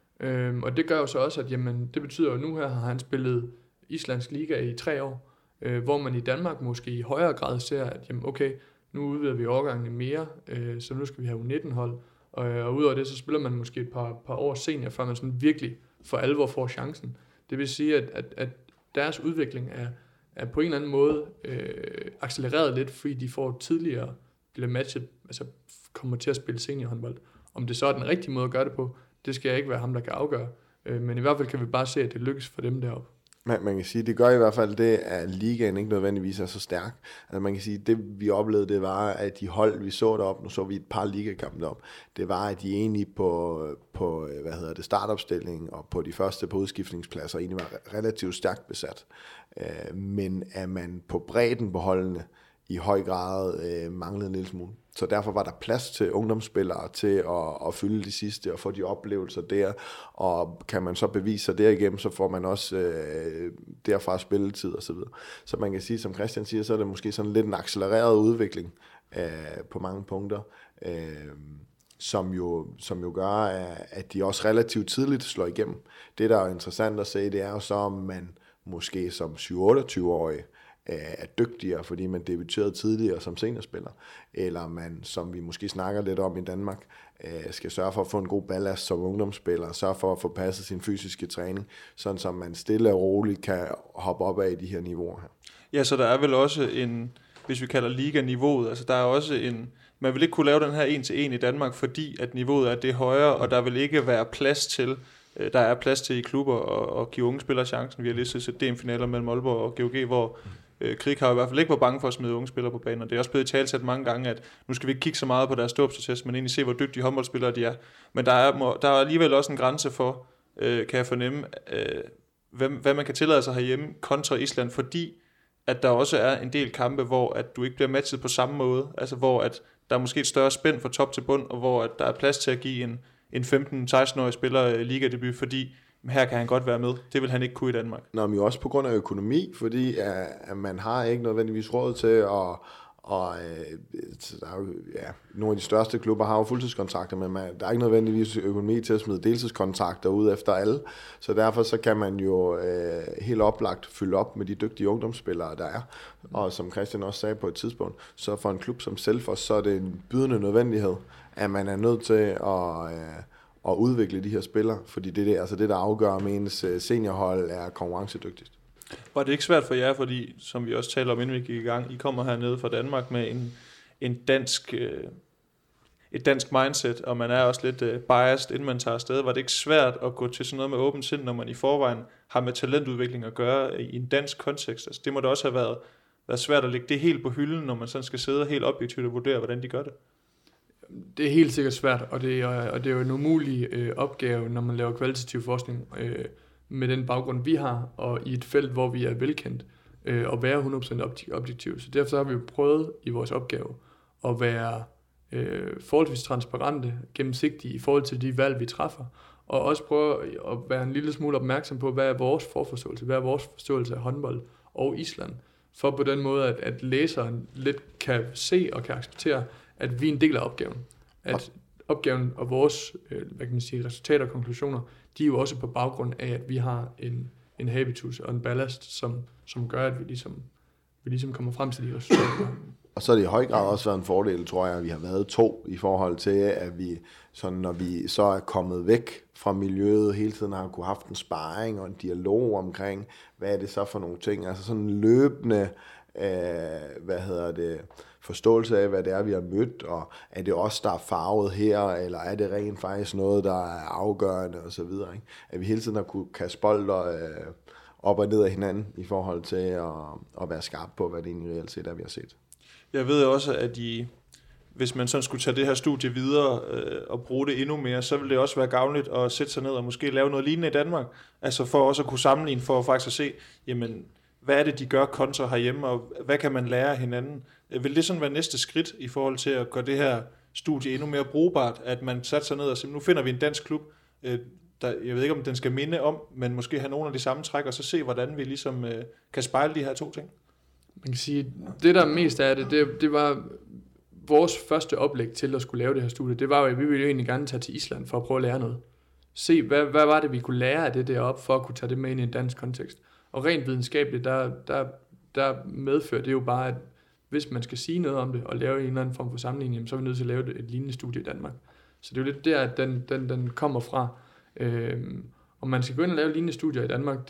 Og det gør jo så også, at jamen, det betyder jo, nu her har han spillet Islands Liga i 3 år, hvor man i Danmark måske i højere grad ser, at jamen, okay, nu udvider vi årgangene mere, så nu skal vi have U19-hold, og udover det, så spiller man måske et par år senior, før man sådan virkelig for alvor får chancen. Det vil sige, at deres udvikling er på en eller anden måde accelereret lidt, fordi de får tidligere bliver matchet, altså kommer til at spille seniorhåndbold. Om det så er den rigtige måde at gøre det på, det skal jeg ikke være ham, der kan afgøre. Men i hvert fald kan vi bare se, at det lykkes for dem deroppe. Man kan sige, det gør i hvert fald det, at ligaen ikke nødvendigvis er så stærk. Altså man kan sige, det vi oplevede, det var, at de hold, vi så deroppe, nu så vi et par ligakampe deroppe, det var, at de egentlig på startopstillingen og på de første på udskiftningspladser egentlig var relativt stærkt besat. Men at man på bredden på holdene i høj grad manglede en lille smule. Så derfor var der plads til ungdomsspillere til at fylde de sidste og få de oplevelser der, og kan man så bevise sig derigennem, så får man også derfra spilletid og så videre. Så man kan sige, som Christian siger, så er det måske sådan lidt en accelereret udvikling på mange punkter, som jo gør, at de også relativt tidligt slår igennem. Det, der er interessant at se, det er jo så, om man måske som 7-28-årig er dygtigere, fordi man debuterede tidligere som seniorspiller, eller man, som vi måske snakker lidt om i Danmark, skal sørge for at få en god ballast som ungdomsspiller, sørge for at få passet sin fysiske træning, sådan som man stille og roligt kan hoppe op af de her niveauer her. Ja, så der er vel også en, hvis vi kalder liga-niveauet, altså der er også en, man vil ikke kunne lave den her 1-1 i Danmark, fordi at niveauet er det højere, og der vil ikke være plads til, der er plads til i klubber og give unge spillere chancen. Vi har lige set DM-finaler mellem Aalborg og GOG, hvor Krig har i hvert fald ikke været bange for at smide unge spillere på banen, og det er også blevet talsat mange gange, at nu skal vi ikke kigge så meget på deres dåbsattest, men egentlig se, hvor dygtige håndboldspillere de er. Men der er alligevel også en grænse for, kan jeg fornemme, hvad man kan tillade sig herhjemme kontra Island, fordi at der også er en del kampe, hvor at du ikke bliver matchet på samme måde, altså hvor at der er måske et større spænd fra top til bund, og hvor at der er plads til at give en 15-16-årig spiller ligadebut, fordi her kan han godt være med. Det vil han ikke kunne i Danmark. Nå, men jo også på grund af økonomi, fordi at man har ikke nødvendigvis råd til der er jo, nogle af de største klubber har jo fuldtidskontrakter, men der er ikke nødvendigvis økonomi til at smide deltidskontrakter ud efter alle. Så derfor så kan man jo helt oplagt fylde op med de dygtige ungdomsspillere, der er. Og som Christian også sagde på et tidspunkt, så for en klub som Selfoss, så er det en bydende nødvendighed, at man er nødt til at udvikle de her spillere, fordi det er altså det, der afgør, om ens seniorhold er konkurrencedygtigt. Var det ikke svært for jer, fordi, som vi også taler om, inden vi gik i gang, I kommer hernede fra Danmark med et dansk mindset, og man er også lidt biased, inden man tager afsted. Var det ikke svært at gå til sådan noget med åbent sind, når man i forvejen har med talentudvikling at gøre i en dansk kontekst? Altså, det må da også have været svært at lægge det helt på hylden, når man sådan skal sidde helt objektivt og vurdere, hvordan de gør det. Det er helt sikkert svært, og det er jo en umulig opgave, når man laver kvalitativ forskning med den baggrund, vi har, og i et felt, hvor vi er velkendt, at være 100% objektiv. Så derfor har vi jo prøvet i vores opgave at være forholdsvis transparente, gennemsigtige i forhold til de valg, vi træffer, og også prøve at være en lille smule opmærksom på, hvad er vores forforståelse, hvad er vores forståelse af håndbold og Island, for på den måde, at læseren lidt kan se og kan acceptere, at vi er en del af opgaven. At opgaven og vores resultater og konklusioner, de er jo også på baggrund af, at vi har en habitus og en ballast, som gør, at vi ligesom kommer frem til de resultater. Og så er det i høj grad også været en fordel, tror jeg, at vi har været 2 i forhold til, at vi, sådan, når vi så er kommet væk fra miljøet, hele tiden har kunne haft en sparring og en dialog omkring, hvad er det så for nogle ting. Altså sådan en løbende, forståelse af, hvad det er, vi har mødt, og er det os, der er farvet her, eller er det rent faktisk noget, der er afgørende, og så videre, ikke? At vi hele tiden har kunne kaste bolder op og ned af hinanden, i forhold til at være skarp på, hvad det egentlig reelt set er, vi har set. Jeg ved også, at hvis man sådan skulle tage det her studie videre og bruge det endnu mere, så ville det også være gavnligt at sætte sig ned og måske lave noget lignende i Danmark. Altså for også at kunne sammenligne, for faktisk at se, jamen, hvad er det, de gør kontra herhjemme, og hvad kan man lære af hinanden? Vil det sådan være næste skridt i forhold til at gøre det her studie endnu mere brugbart, at man satte sig ned og siger, nu finder vi en dansk klub, jeg ved ikke, om den skal minde om, men måske have nogle af de samme træk, og så se, hvordan vi ligesom kan spejle de her 2 ting? Man kan sige, det der mest af det var vores første oplæg til at skulle lave det her studie. Det var jo, at vi ville jo egentlig gerne tage til Island for at prøve at lære noget. Se, hvad var det, vi kunne lære af det deroppe, for at kunne tage det med ind i en dansk kontekst. Og rent videnskabeligt, der medfører det jo bare, at hvis man skal sige noget om det, og lave en eller anden form for sammenligning, så er vi nødt til at lave et lignende studie i Danmark. Så det er jo lidt der, at den kommer fra. Og man skal gå ind og lave lignende studier i Danmark,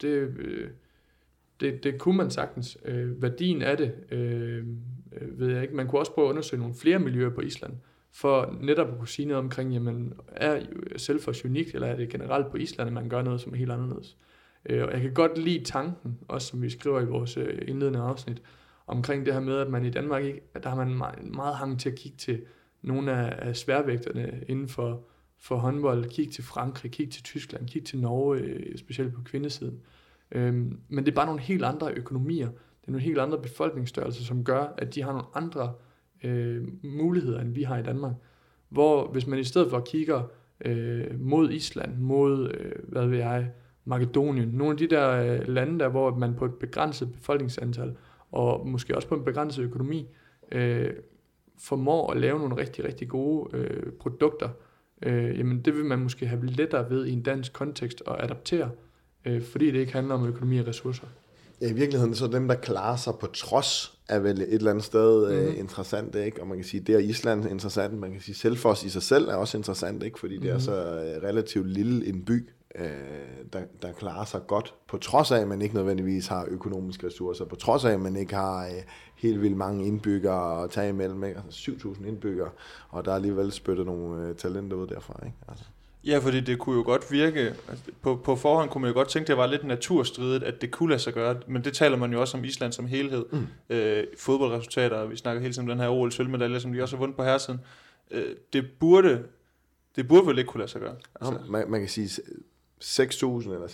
det kunne man sagtens. Værdien af det, ved jeg ikke. Man kunne også prøve at undersøge nogle flere miljøer på Island, for netop at kunne sige noget omkring, jamen, er Selfoss unikt, eller er det generelt på Island, at man gør noget, som er helt anderledes. Og jeg kan godt lide tanken, også som vi skriver i vores indledende afsnit, omkring det her med, at man i Danmark ikke, der har man meget hang til at kigge til nogle af sværvægterne inden for håndbold, kigge til Frankrig, kigge til Tyskland, kigge til Norge, specielt på kvindesiden. Men det er bare nogle helt andre økonomier, det er nogle helt andre befolkningsstørrelser, som gør, at de har nogle andre muligheder, end vi har i Danmark. Hvor hvis man i stedet for kigger mod Island, mod, Makedonien, nogle af de der lande der, hvor man på et begrænset befolkningsantal, og måske også på en begrænset økonomi, formår at lave nogle rigtig, rigtig gode produkter, jamen det vil man måske have lettere ved i en dansk kontekst at adaptere, fordi det ikke handler om økonomi og ressourcer. Ja, i virkeligheden så dem, der klarer sig på trods, er vel et eller andet sted interessant, ikke? Og man kan sige, det er Island interessant, man kan sige, Selfoss i sig selv er også interessant, ikke? Fordi det er så relativt lille en by, der klarer sig godt, på trods af, at man ikke nødvendigvis har økonomiske ressourcer, på trods af, at man ikke har helt vildt mange indbyggere at tage imellem, ikke? Altså 7.000 indbyggere, og der er alligevel spyttet nogle talenter ud derfra, ikke? Altså. Ja, fordi det kunne jo godt virke, altså på forhånd kunne man jo godt tænke, at det var lidt naturstridigt, at det kunne lade sig gøre, men det taler man jo også om Island som helhed. Fodboldresultater, vi snakker hele tiden om den her OL-sølvmedalje, som de også har vundet på herresiden. Det burde vel ikke kunne lade sig gøre. Altså. Man kan sige, 6.000 eller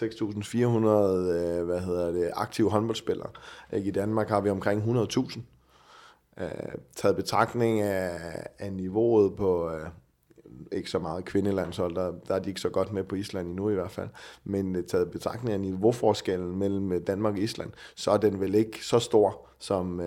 6.400 aktive håndboldspillere. I Danmark har vi omkring 100.000. Taget betragtning af niveauet på ikke så meget kvindelandshold, der er de ikke så godt med på Island endnu i hvert fald, men taget betragtning af niveauforskellen mellem Danmark og Island, så er den vel ikke så stor, som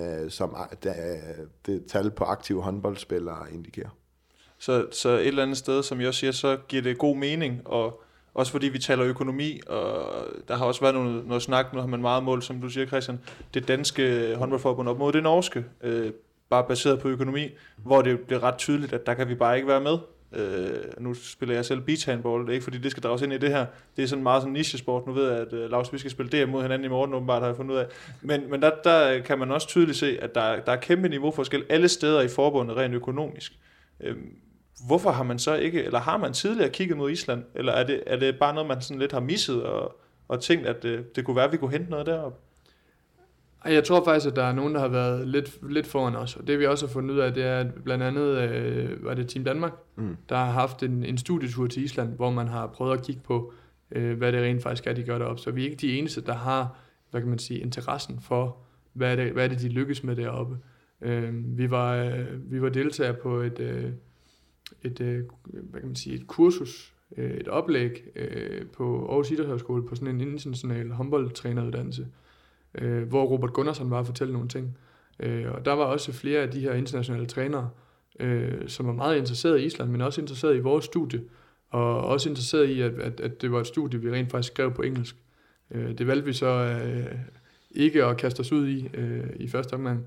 det tal på aktive håndboldspillere indikerer. Så et eller andet sted, som jeg også siger, så giver det god mening, og også fordi vi taler økonomi, og der har også været noget snak, nu har man meget mål, som du siger, Christian, det danske håndboldforbund op mod det norske, bare baseret på økonomi, hvor det bliver ret tydeligt, at der kan vi bare ikke være med. Nu spiller jeg selv beach handball, det er ikke fordi det skal drages ind i det her, det er sådan meget sådan nichesport. Nu ved jeg, at Lars, vi skal spille DM mod hinanden i morgen, åbenbart har jeg fundet ud af, men der kan man også tydeligt se, at der er kæmpe niveauforskel alle steder i forbundet rent økonomisk. Hvorfor har man så ikke, eller har man tidligere kigget mod Island, eller er det bare noget, man sådan lidt har misset og tænkt, at det kunne være, at vi kunne hente noget deroppe? Jeg tror faktisk, at der er nogen, der har været lidt foran os, og det vi også har fundet ud af, det er, at blandt andet var det Team Danmark, der har haft en studietur til Island, hvor man har prøvet at kigge på, hvad det rent faktisk er, de gør deroppe. Så vi er ikke de eneste, der har, hvad kan man sige, interessen for, hvad er det de lykkes med deroppe. Vi var deltagere på et hvad kan man sige, et kursus, et oplæg på Aarhus Idrætshøjskole på sådan en international håndboldtræneruddannelse, hvor Robert Gunnarsson var at fortælle nogle ting. Og der var også flere af de her internationale trænere, som var meget interesseret i Island, men også interesseret i vores studie, og også interesseret i, at det var et studie, vi rent faktisk skrev på engelsk. Det valgte vi så ikke at kaste os ud i første omgang,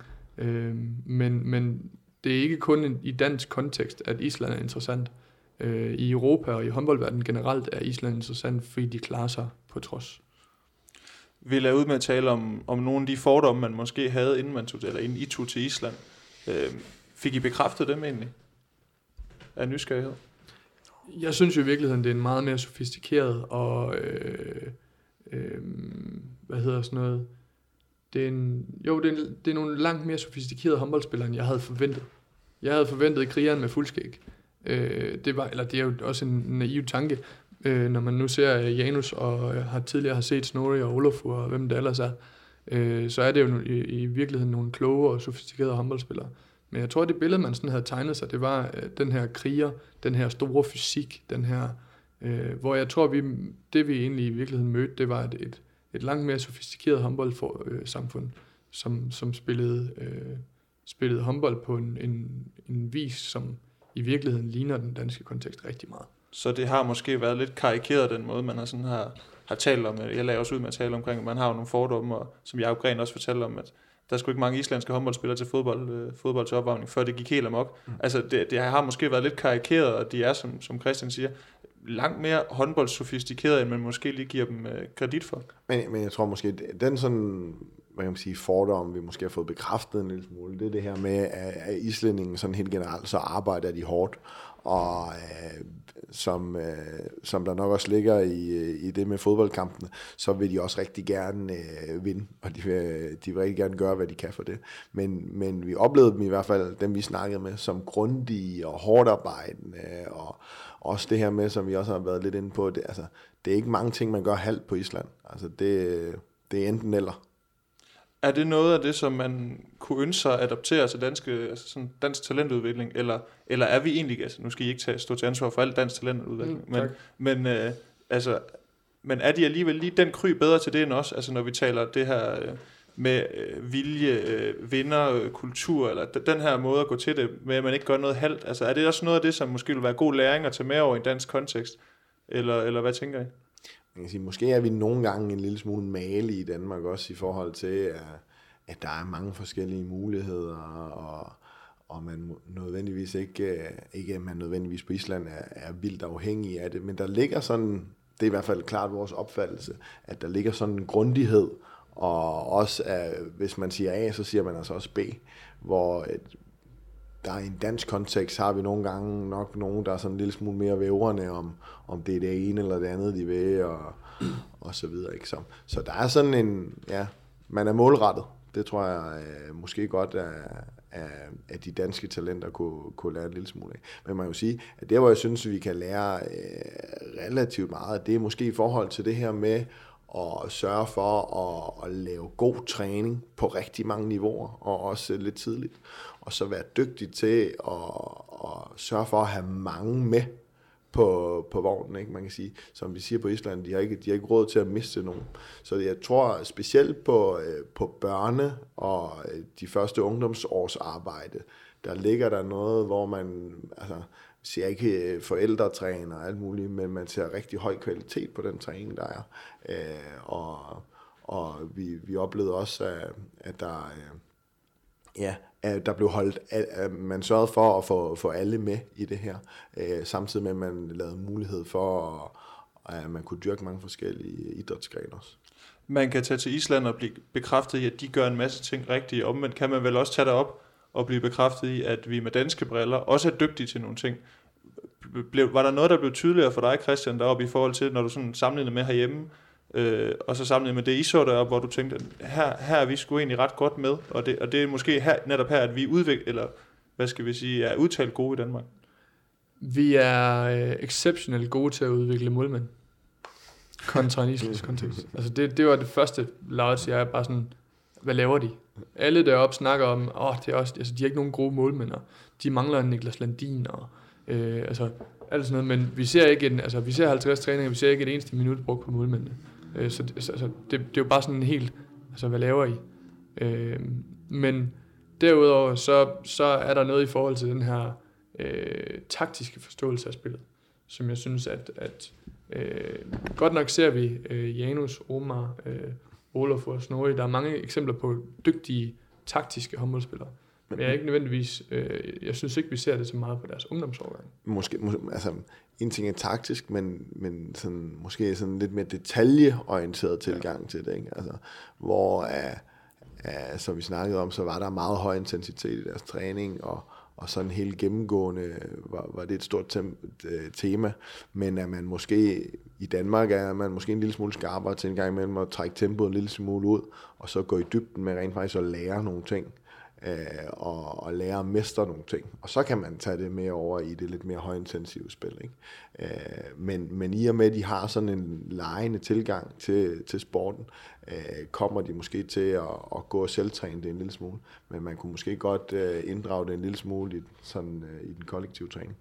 men det er ikke kun i dansk kontekst, at Island er interessant. I Europa og i håndboldverdenen generelt er Island interessant, fordi de klarer sig på trods. Vi lader ud med at tale om nogle af de fordomme, man måske havde, inden I tog til Island. Fik I bekræftet dem egentlig? Af nysgerrighed? Jeg synes jo i virkeligheden, det er en meget mere sofistikeret og hvad hedder sådan noget? Det er nogle langt mere sofistikerede håndboldspillere, end jeg havde forventet. Jeg havde forventet krigeren med fuldskæg. Det er jo også en naiv tanke, når man nu ser Janus og tidligere har set Snorri og Olafur og hvem det ellers er. Så er det jo i virkeligheden nogle kloge og sofistikerede håndboldspillere. Men jeg tror, det billede, man sådan havde tegnet sig, det var den her kriger, den her store fysik, den her, hvor jeg tror, det vi egentlig i virkeligheden mødte, det var et langt mere sofistikeret håndboldsamfund, som spillede håndbold på en vis, som i virkeligheden ligner den danske kontekst rigtig meget. Så det har måske været lidt karikeret den måde, man har talt om. Jeg lagde også ud med at tale omkring, at man har jo nogle fordomme, og som Jakob Gren også fortalte om, at der skulle ikke mange islandske håndboldspillere til fodbold til opvarmning, før det gik helt amok. Altså det har måske været lidt karikeret, og de er, som Christian siger, langt mere håndboldsofistikeret, end man måske lige giver dem kredit for. Men jeg tror måske, den sådan, hvad kan man sige, fordom, vi måske har fået bekræftet en lille smule, det er det her med, at islændingen sådan helt generelt, så arbejder de hårdt, og som der nok også ligger i det med fodboldkampene, så vil de også rigtig gerne vinde, og de vil rigtig gerne gøre, hvad de kan for det. Men vi oplevede dem i hvert fald, dem vi snakkede med, som grundige og hårdt arbejdende, og også det her med, som vi også har været lidt inde på, det er ikke mange ting, man gør halvt på Island. Altså det er enten eller. Er det noget af det, som man kunne ønske sig at adoptere til dansk talentudvikling, eller er vi egentlig, nu skal I ikke stå til ansvar for alt dansk talentudvikling, men er de alligevel lige den kry bedre til det end os, altså når vi taler det her med vilje, vinder, kultur, eller den her måde at gå til det, med at man ikke gør noget halvt, altså er det også noget af det, som måske vil være god læring at tage med over i en dansk kontekst, eller hvad tænker I? Man kan sige, måske er vi nogle gange en lille smule male i Danmark også i forhold til, at der er mange forskellige muligheder, og man nødvendigvis ikke at man nødvendigvis på Island er vildt afhængig af det, men der ligger sådan, det er i hvert fald klart vores opfattelse, at der ligger sådan en grundighed, og også, hvis man siger A, så siger man altså også B, hvor der i en dansk kontekst har vi nogle gange nok nogen, der er sådan en lille smule mere vævrende om det er det ene eller det andet, de vil, og så videre. Ikke? Så der er sådan en, man er målrettet Det tror jeg måske godt, at de danske talenter kunne lære en lille smule af. Men man kan jo sige, at det, hvor jeg synes, vi kan lære relativt meget, det er måske i forhold til det her med at sørge for at lave god træning på rigtig mange niveauer, og også lidt tidligt. Og så være dygtig til at sørge for at have mange med på vognen, ikke? Man kan sige, som vi siger på Island, de har ikke råd til at miste nogen. Så jeg tror specielt på børne og de første ungdomsårs arbejde, der ligger der noget, hvor man, altså, siger ikke forældretræner og alt muligt, men man ser rigtig høj kvalitet på den træning, der er. Og vi oplevede også, at der der blev holdt, man sørgede for at få alle med i det her, samtidig med, at man lavede mulighed for, at man kunne dyrke mange forskellige idrætsgrene også. Man kan tage til Island og blive bekræftet i, at de gør en masse ting rigtigt. Omvendt kan man vel også tage derop og blive bekræftet i, at vi med danske briller også er dygtige til nogle ting. Var der noget, der blev tydeligere for dig, Christian, deroppe i forhold til, når du sådan sammenlignede med herhjemme, og så sammenlignet med det, I så deroppe, hvor du tænkte, her er vi sgu egentlig ret godt med, og det er måske netop her, at vi er udtalt gode i Danmark. Vi er exceptionelt gode til at udvikle målmænd kontra en islandsk kontekst. Altså det var det første Lars, jeg er bare sådan, hvad laver de? Alle deroppe snakker om, det er også, altså de har ikke nogen gode målmænd, de mangler en Niklas Landin og altså alt sådan noget, men vi ser ikke vi ser 50 træninger, vi ser ikke et eneste minut brugt på målmændene. Så det er jo bare sådan en helt, altså hvad laver I? Men derudover så er der noget i forhold til den her taktiske forståelse af spillet, som jeg synes, at godt nok ser vi Janus, Omar, Olof og Snorri. Der er mange eksempler på dygtige taktiske håndboldspillere. Men jeg er ikke nødvendigvis, jeg synes ikke, vi ser det så meget på deres ungdomsårgang. Måske altså, en ting er taktisk, men sådan, måske sådan lidt mere detaljeorienteret tilgang til det, ikke? Altså, hvor, som vi snakkede om, så var der meget høj intensitet i deres træning, og sådan helt gennemgående var det et stort tema, men at man måske i Danmark er man måske en lille smule skarpere til en gang imellem at trække tempoet en lille smule ud, og så gå i dybden med rent faktisk at lære nogle ting, og lære at mestre nogle ting. Og så kan man tage det mere over i det lidt mere højintensive spil, ikke? Men i og med, at de har sådan en legende tilgang til sporten, kommer de måske til at gå og selvtræne det en lille smule. Men man kunne måske godt inddrage det en lille smule i den kollektive træning.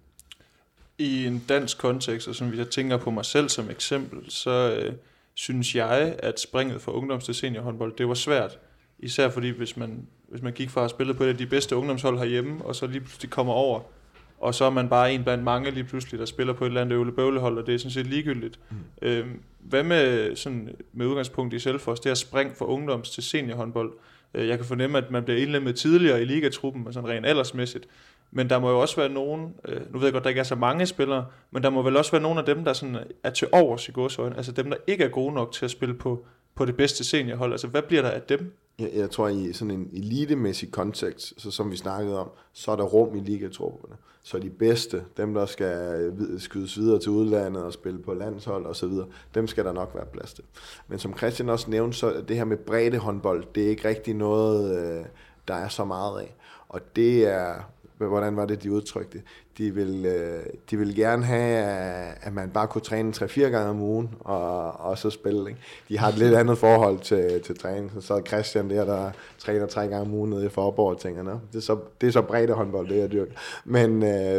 I en dansk kontekst, og som jeg tænker på mig selv som eksempel, så synes jeg, at springet fra ungdoms til seniorhåndbold, det var svært. Især fordi, hvis man gik fra at spille på et af de bedste ungdomshold herhjemme, og så lige pludselig kommer over, og så er man bare en blandt mange lige pludselig, der spiller på et eller andet øvle-bøvlehold, og det er sådan set ligegyldigt. Hvad med udgangspunkt i Selfoss, det her spring fra ungdoms til seniorhåndbold? Jeg kan fornemme, at man bliver indlemmet tidligere i ligatruppen, sådan rent aldersmæssigt, men der må jo også være nogen, nu ved jeg godt, der ikke er så mange spillere, men der må vel også være nogen af dem, der sådan er til overs i gåseøjne, altså dem, der ikke er gode nok til at spille på det bedste seniorhold. Altså, hvad bliver der af dem? Jeg tror, i sådan en elitemæssig kontekst, så som vi snakkede om, så er der rum i ligatrupperne. Så de bedste, dem der skal skydes videre til udlandet og spille på landshold og så videre, dem skal der nok være plads til. Men som Christian også nævnte, så det her med breddehåndbold, det er ikke rigtig noget, der er så meget af. Og det er, hvordan var det, de udtrykte? De vil gerne have, at man bare kunne træne 3-4 gange om ugen, og så spille, ikke? De har et lidt andet forhold til træning. Så er Christian der træner 3 gange om ugen nede i Forborg og tænker, det er så breddehåndbold, det jeg dyrker. Men,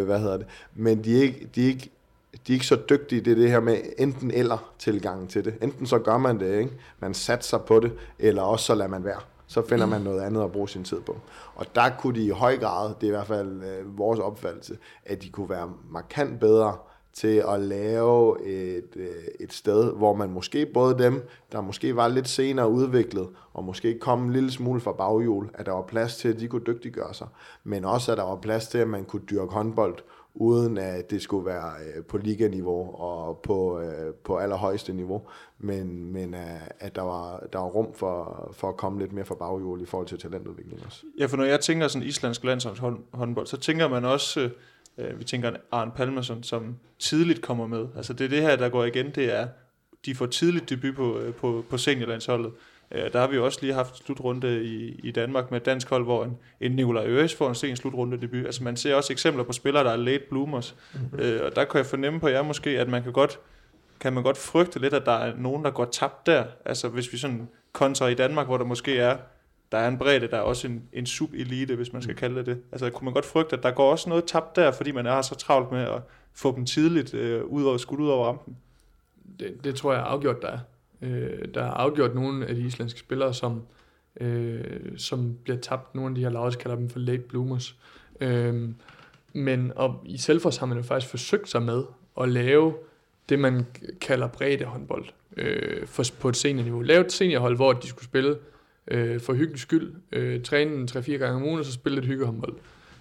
Men de er ikke så dygtige, det her med enten eller tilgangen til det. Enten så gør man det, ikke? Man satser på det, eller også så lader man være. Så finder man noget andet at bruge sin tid på. Og der kunne de i høj grad, det er i hvert fald vores opfattelse, at de kunne være markant bedre til at lave et sted, hvor man måske både dem, der måske var lidt senere udviklet, og måske kom en lille smule fra baghjul, at der var plads til, at de kunne dygtiggøre sig, men også at der var plads til, at man kunne dyrke håndbold, uden at det skulle være på liganiveau og på allerhøjeste niveau, men at der var rum for at komme lidt mere fra baghjul i forhold til talentudvikling også. Ja, for når jeg tænker sådan islandsk landsholdshåndbold, så tænker man også, vi tænker Arne Palmason, som tidligt kommer med. Altså det er det her, der går igen, det er, de får tidligt debut på seniorlandsholdet. Der har vi jo også lige haft slutrunde i Danmark med et dansk hold, hvor en Nicolai Øres får en sen slutrunde debut. Altså man ser også eksempler på spillere, der er late bloomers. Og der kan jeg fornemme på jer måske, at man kan man godt frygte lidt, at der er nogen, der går tabt der. Altså hvis vi sådan kontra i Danmark, hvor der måske der er en bredde, der er også en sub-elite, hvis man skal kalde det. Altså kunne man godt frygte, at der går også noget tabt der, fordi man er så travlt med at få dem tidligt skudt ud over rampen? Det tror jeg afgjort, der er. Der er afgjort nogle af de islandske spillere, som bliver tabt. Nogle af de her Laurits kalder dem for late bloomers. Men i Selfoss har man jo faktisk forsøgt sig med at lave det, man kalder breddehåndbold på et seniorniveau. Lave et seniorhold, hvor de skulle spille for hyggens skyld, træne 3-4 gange om ugen, og så spille lidt hyggehåndbold.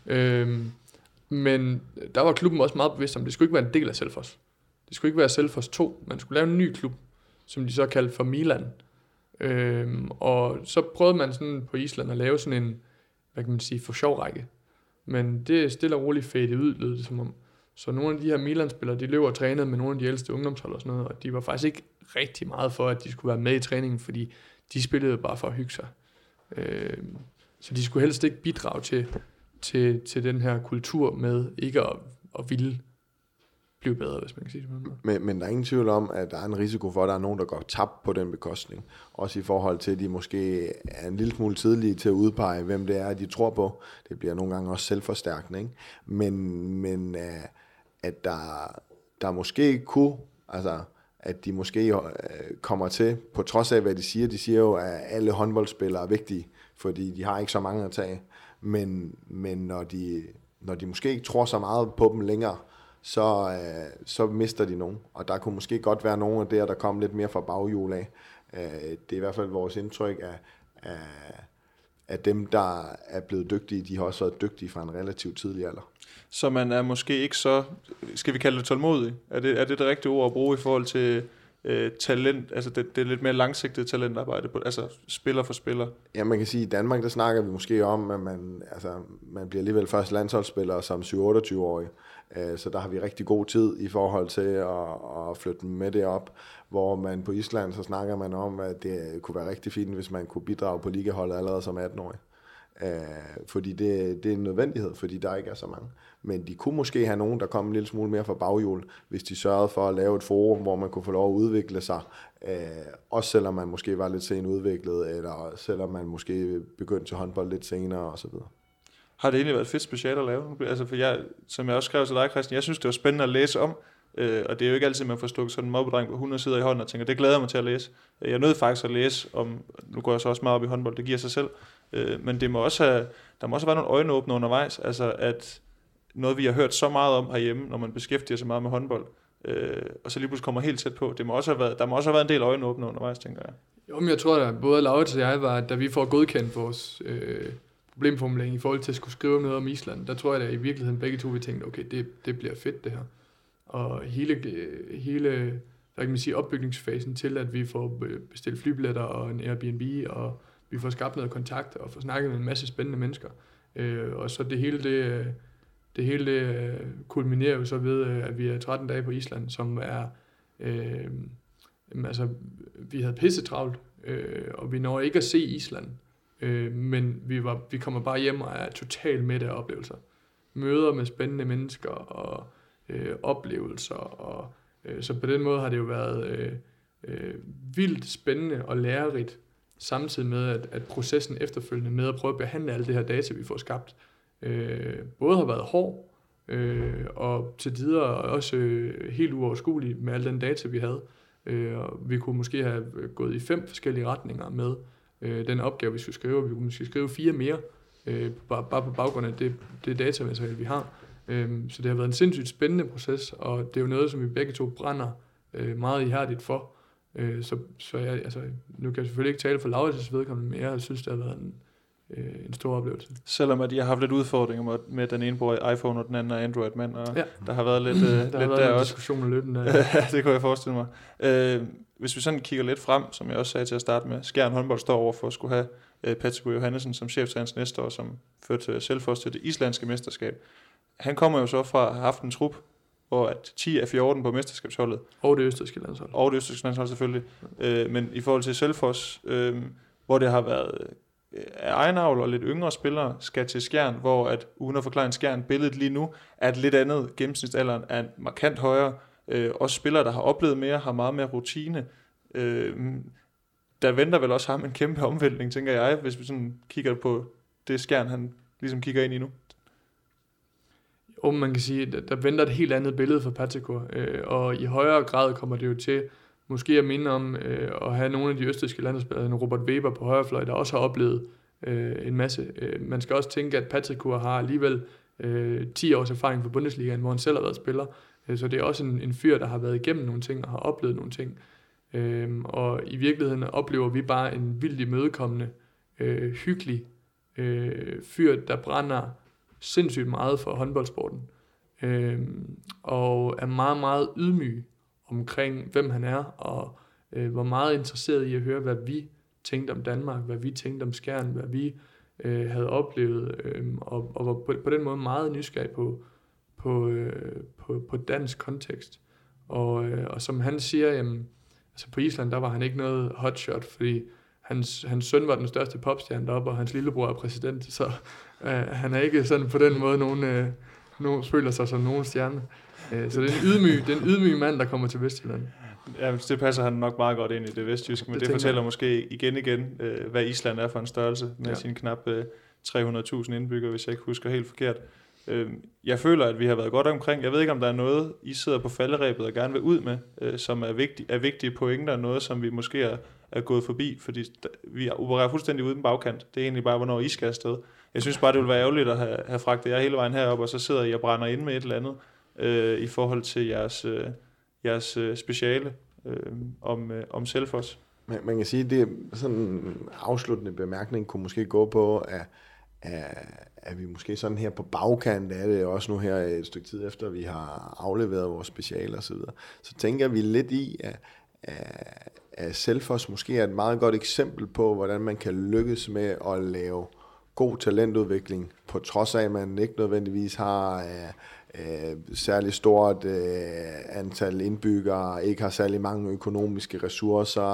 Men der var klubben også meget bevidst om, det skulle ikke være en del af Selfoss. Det skulle ikke være Selfoss 2. Man skulle lave en ny klub, som de så kaldte for Milan. Og så prøvede man sådan på Island at lave sådan en, hvad kan man sige, for sjov række. Men det er stille og roligt fadet ud, lød det som om. Så nogle af de her Milan-spillere, de løber og trænede med nogle af de ældste ungdomshold og sådan noget, og de var faktisk ikke rigtig meget for, at de skulle være med i træningen, fordi de spillede bare for at hygge sig. Så de skulle helst ikke bidrage til den her kultur med ikke at ville blive bedre, hvis man kan sige det. Men der er ingen tvivl om, at der er en risiko for, at der er nogen, der går tabt på den bekostning. Også i forhold til, at de måske er en lille smule tidlige til at udpege, hvem det er, de tror på. Det bliver nogle gange også selvforstærkende, ikke? Men at der måske kunne, altså at de måske kommer til, på trods af hvad de siger jo, at alle håndboldspillere er vigtige, fordi de har ikke så mange at tage. Men når de måske ikke tror så meget på dem længere, så mister de nogen. Og der kunne måske godt være nogen af det, der kom lidt mere fra baghjul af. Det er i hvert fald vores indtryk af dem, der er blevet dygtige, de har også været dygtige fra en relativt tidlig alder. Så man er måske ikke så, skal vi kalde det tålmodig? Er det rigtige ord at bruge i forhold til talent, altså det lidt mere langsigtede talentarbejde, altså spiller for spiller? Ja, man kan sige, at i Danmark, der snakker vi måske om, at man bliver alligevel først landsholdsspiller som 7-28-årig. Så der har vi rigtig god tid i forhold til at flytte dem med det op, hvor man på Island, så snakker man om, at det kunne være rigtig fint, hvis man kunne bidrage på ligaholdet allerede som 18-årig. Fordi det er en nødvendighed, fordi der ikke er så mange. Men de kunne måske have nogen, der kom en lille smule mere fra baghjul, hvis de sørgede for at lave et forum, hvor man kunne få lov at udvikle sig, også selvom man måske var lidt sent udviklet, eller selvom man måske begyndte til håndbold lidt senere osv. Har det egentlig været et fedt special at lave? Altså for som jeg også skrev til dig, Christian, jeg synes, det var spændende at læse om, og det er jo ikke altid, man får stukket sådan en mobbedreng på 100 sider i hånden og tænker, det glæder mig til at læse. Jeg nød faktisk at læse om, nu går jeg så også meget op i håndbold, det giver sig selv, men der må også være nogle øjenåbner undervejs, altså at noget, vi har hørt så meget om herhjemme, når man beskæftiger sig meget med håndbold, og så lige pludselig kommer helt tæt på, der må også have været en del øjenåbner undervejs, tænker jeg. Jo, men jeg tror, at både Laurits og jeg da vi får godkendt vores problemformulering i forhold til at skulle skrive noget om Island, der tror jeg, at i virkeligheden begge to vi tænkte, okay, det bliver fedt det her. Og hele hvad kan man sige, opbygningsfasen til, at vi får bestilt flybilletter og en Airbnb, og vi får skabt noget kontakt og får snakket med en masse spændende mennesker. Og så det hele kulminerer jo så ved, at vi er 13 dage på Island, som er, altså vi havde pissetravlt, og vi når ikke at se Island, men vi kommer bare hjem og er totalt mætte af oplevelser. Møder med spændende mennesker og oplevelser, og så på den måde har det jo været vildt spændende og lærerigt, samtidig med at processen efterfølgende med at prøve at behandle alle det her data, vi får skabt, både har været hård, og til tider også helt uoverskuelig med al den data, vi havde. Og vi kunne måske have gået i 5 forskellige retninger med den opgave, vi skulle skrive. Vi kunne måske skrive 4 mere, bare på baggrund af det datamateriale, vi har. Så det har været en sindssygt spændende proces, og det er jo noget, som vi begge to brænder meget ihærdigt for. Så jeg, altså, nu kan jeg selvfølgelig ikke tale for Laurits' vedkommende, men jeg synes, det har været en stor oplevelse. Selvom at jeg har haft lidt udfordringer med den ene bruger iPhone, og den anden er Android-mand, og ja, der har været lidt der også. Diskussioner løbende. Ja, det kunne jeg forestille mig. Hvis vi sådan kigger lidt frem, som jeg også sagde til at starte med, Skjern håndbold står over for at skulle have Patrick Johannesen som cheftræner næste år, som førte Selfoss til det islandske mesterskab. Han kommer jo så fra at have haft en trup, hvor at 10 af 14 på mesterskabsholdet. Og det østrigske landshold. Og det østrigske landshold selvfølgelig. Men i forhold til Selfoss, hvor det har været egenavl og lidt yngre spillere, skal til Skjern, hvor at uden at forklare en Skjern, billedet lige nu er et lidt andet. Gennemsnitsalderen er markant højere. Også spillere, der har oplevet mere, har meget mere rutine. Der venter vel også ham en kæmpe omvæltning, tænker jeg, hvis vi sådan kigger på det Skjern, han ligesom kigger ind i nu. Og man kan sige, at der venter et helt andet billede for Patsekur, og i højere grad kommer det jo til måske at minde om at have nogle af de østrigske landsspillere, Robert Weber på højrefløj, der også har oplevet en masse. Man skal også tænke, at Patsekur har alligevel 10 års erfaring fra Bundesligaen, hvor han selv har været spiller, så det er også en fyr, der har været igennem nogle ting og har oplevet nogle ting. Og i virkeligheden oplever vi bare en vildt imødekommende, hyggelig fyr, der brænder sindssygt meget for håndboldsporten, og er meget, meget ydmyg omkring, hvem han er, og var meget interesseret i at høre, hvad vi tænkte om Danmark, hvad vi tænkte om Skjern, hvad vi havde oplevet, og var på den måde meget nysgerrig på dansk kontekst. Og som han siger, jamen, altså på Island, der var han ikke noget hotshot, fordi hans søn var den største popstjerne deroppe, og hans lillebror er præsident, så han er ikke sådan på den måde nogen føler sig som nogen stjerne. Så det er en ydmyg mand, der kommer til Vestjylland. Ja, det passer han nok meget godt ind i det vestjyske, men det fortæller måske igen, hvad Island er for en størrelse, med sine knap 300.000 indbyggere, hvis jeg ikke husker helt forkert. Jeg føler, at vi har været godt omkring. Jeg ved ikke, om der er noget, I sidder på falderæbet og gerne vil ud med, som er vigtige pointer, noget, som vi måske er gået forbi, fordi vi opererer fuldstændig uden bagkant. Det er egentlig bare, hvornår I skal afsted. Jeg synes bare, det ville være ærgerligt at have fragtet jer hele vejen herop, og så sidder I og brænder ind med et eller andet i forhold til jeres speciale om Selfoss. Man kan sige, at det sådan en afsluttende bemærkning kunne måske gå på, at vi måske sådan her på bagkant af det, også nu her et stykke tid efter, vi har afleveret vores speciale og så videre, så tænker vi lidt i, at Selfoss måske er et meget godt eksempel på, hvordan man kan lykkes med at lave god talentudvikling, på trods af, at man ikke nødvendigvis har særlig stort antal indbyggere, ikke har særlig mange økonomiske ressourcer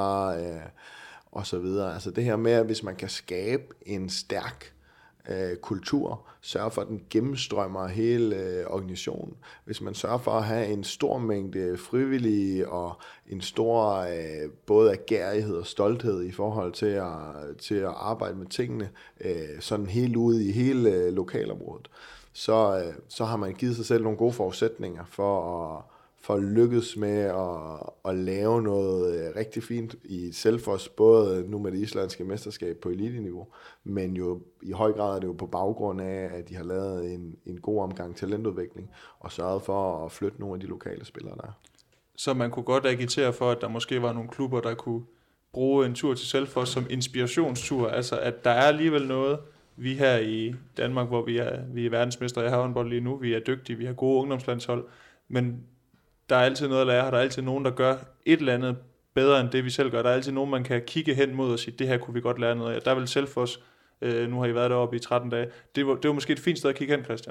og så videre. Altså det her med, at hvis man kan skabe en stærk kultur, sørge for, at den gennemstrømmer hele organisationen. Hvis man sørger for at have en stor mængde frivillige og en stor både agerighed og stolthed i forhold til at arbejde med tingene, sådan helt ude i hele lokalområdet, så har man givet sig selv nogle gode forudsætninger for at lykkes med at lave noget rigtig fint i Selfoss, både nu med det islandske mesterskab på eliteniveau, men jo i høj grad er det jo på baggrund af, at de har lavet en god omgang talentudvikling, og sørget for at flytte nogle af de lokale spillere der. Så man kunne godt agitere for, at der måske var nogle klubber, der kunne bruge en tur til Selfoss som inspirationstur, altså at der er alligevel noget, vi her i Danmark, hvor vi er verdensmestre i håndbold lige nu, vi er dygtige, vi har gode ungdomslandshold, men der er altid noget at lære, der er altid nogen, der gør et eller andet bedre end det, vi selv gør. Der er altid nogen, man kan kigge hen mod og sige, det her kunne vi godt lære noget af. Der vil Selfoss, nu har I været deroppe i 13 dage, det var måske et fint sted at kigge hen, Christian.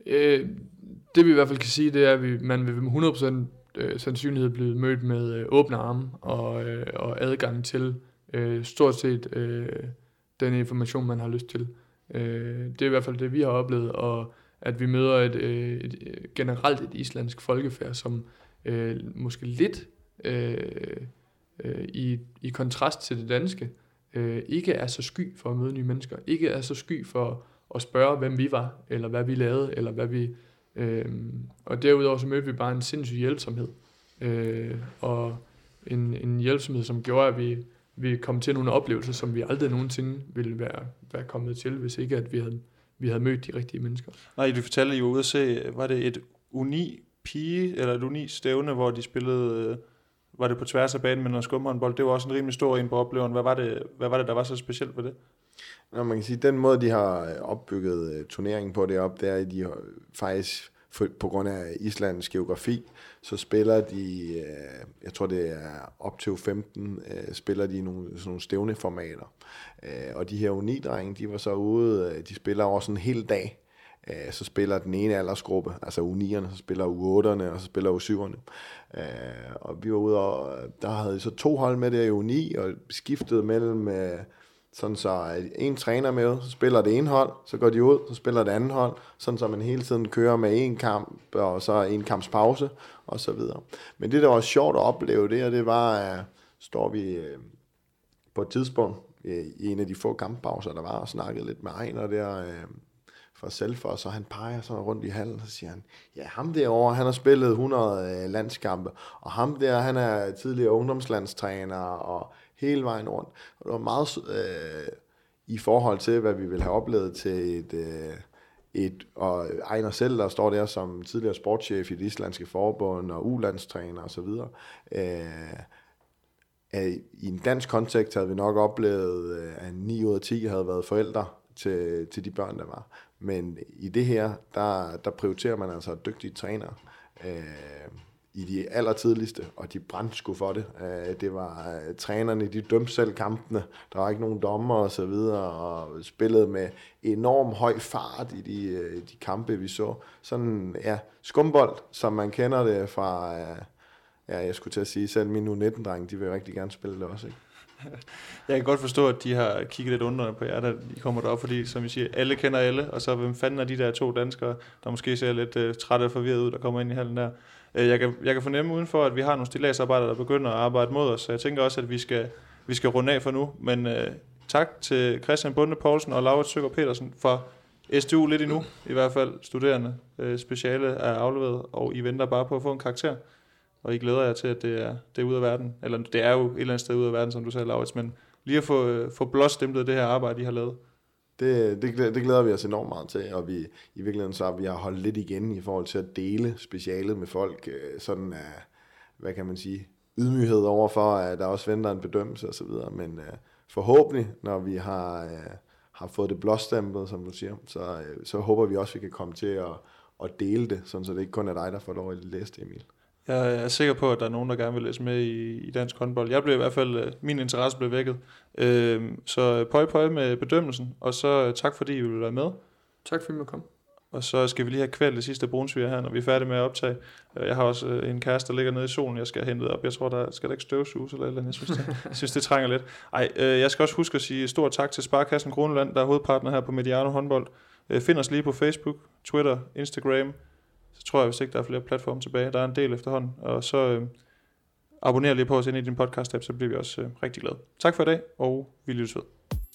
Det vi i hvert fald kan sige, det er, at man vil med 100% sandsynlighed blive mødt med åbne arme og adgang til stort set den information, man har lyst til. Det er i hvert fald det, vi har oplevet, og at vi møder et generelt et islandsk folkefærd, som måske lidt i kontrast til det danske, ikke er så sky for at møde nye mennesker, ikke er så sky for at spørge, hvem vi var, eller hvad vi lavede, eller hvad vi... og derudover så mødte vi bare en sindssyg hjælpsomhed, og en hjælpsomhed, som gjorde, at vi kom til nogle oplevelser, som vi aldrig nogensinde ville være kommet til, hvis ikke at vi havde mødt de rigtige mennesker. Nej, du fortalte jo ude at se, var det et et uni stævne, hvor de spillede, var det på tværs af banen med noget skumhåndbold, det var også en rimelig stor en på oplevelsen. Hvad var det, der var så specielt ved det? Nå, man kan sige, den måde, de har opbygget turneringen på deroppe, det er, at de har faktisk, på grund af Islands geografi, så spiller de, jeg tror det er op til 15, spiller de sådan nogle stævneformater. Og de her U9-drenge, de var så ude, de spiller over sådan en hel dag, så spiller den ene aldersgruppe, altså U9'erne, så spiller U8'erne, og så spiller U7'erne. Og vi var ude, og der havde så 2 hold med der i U9, og skiftede mellem, sådan så en træner med, så spiller det ene hold, så går de ud, så spiller det andet hold, sådan så man hele tiden kører med en kamp, og så en kamps pause, og så videre. Men det, der var sjovt at opleve det var, står vi på et tidspunkt, i en af de få kamppauser, der var, og snakkede lidt med Ejner der, fra Selfoss, og han peger så rundt i hallen, og så siger han, ja, ham derovre, han har spillet 100 landskampe, og ham der, han er tidligere ungdomslandstræner, og hele vejen rundt. Og det var meget i forhold til, hvad vi ville have oplevet til og Ejner selv, der står der som tidligere sportschef i det islandske forbund, og U-landstræner og så videre. I en dansk kontekst havde vi nok oplevet, at 9 ud af 10 havde været forældre til de børn, der var. Men i det her, der prioriterer man altså dygtige trænere i de allertidligste, og de brændte sgu for det. Det var trænerne, de dømte selv kampene. Der var ikke nogen dommer og så videre, og spillede med enorm høj fart i de kampe, vi så. Sådan, ja, skumbold, som man kender det fra, jeg skulle til at sige, selv mine U19-drenge, de vil rigtig gerne spille det også, ikke? Jeg kan godt forstå, at de har kigget lidt undrende på jer, da I kommer derop, fordi som I siger, alle kender alle, og så hvem fanden er de der 2 danskere, der måske ser lidt trætte og forvirret ud, der kommer ind i hallen der. Jeg kan fornemme udenfor, at vi har nogle stilladsarbejdere, der begynder at arbejde mod os, så jeg tænker også, at vi skal runde af for nu, men tak til Christian Bunde Poulsen og Laurits Søgaard Petersen for SDU lidt endnu, i hvert fald studerende. Speciale er afleveret, og I venter bare på at få en karakter. Og I glæder jer til, at det er ude af verden. Eller det er jo et eller andet sted ude af verden, som du sagde, Laurits. Men lige at få blåstemplet det her arbejde, I har lavet. Det glæder vi os enormt meget til. Og vi i virkeligheden så vi har holdt lidt igen i forhold til at dele specialet med folk. Sådan hvad kan man sige, ydmyghed overfor, at der også venter en bedømmelse osv. Men forhåbentlig, når vi har fået det blåstemplet, som du siger, så håber vi også, at vi kan komme til at dele det, sådan så det ikke kun er dig, der får lov at læse det, Emil. Jeg er sikker på, at der er nogen, der gerne vil læse med i dansk håndbold. Jeg blev i hvert fald, min interesse blev vækket. Så pøj med bedømmelsen, og så tak fordi I ville være med. Tak fordi I måtte komme. Og så skal vi lige have kvalt det sidste brunsviger her, når vi er færdige med at optage. Jeg har også en kæreste, der ligger nede i solen, jeg skal have hentet op. Jeg tror, der skal ikke støvsuges eller eller andet. Jeg synes, det trænger lidt. Jeg skal også huske at sige stort tak til Sparekassen Kronjylland, der er hovedpartner her på Mediano Håndbold. Find os lige på Facebook, Twitter, Instagram. Så tror jeg, hvis ikke der er flere platforme tilbage. Der er en del efterhånden. Og så abonner lige på os ind i din podcast-app, så bliver vi også rigtig glade. Tak for i dag, og vi lyttes ved.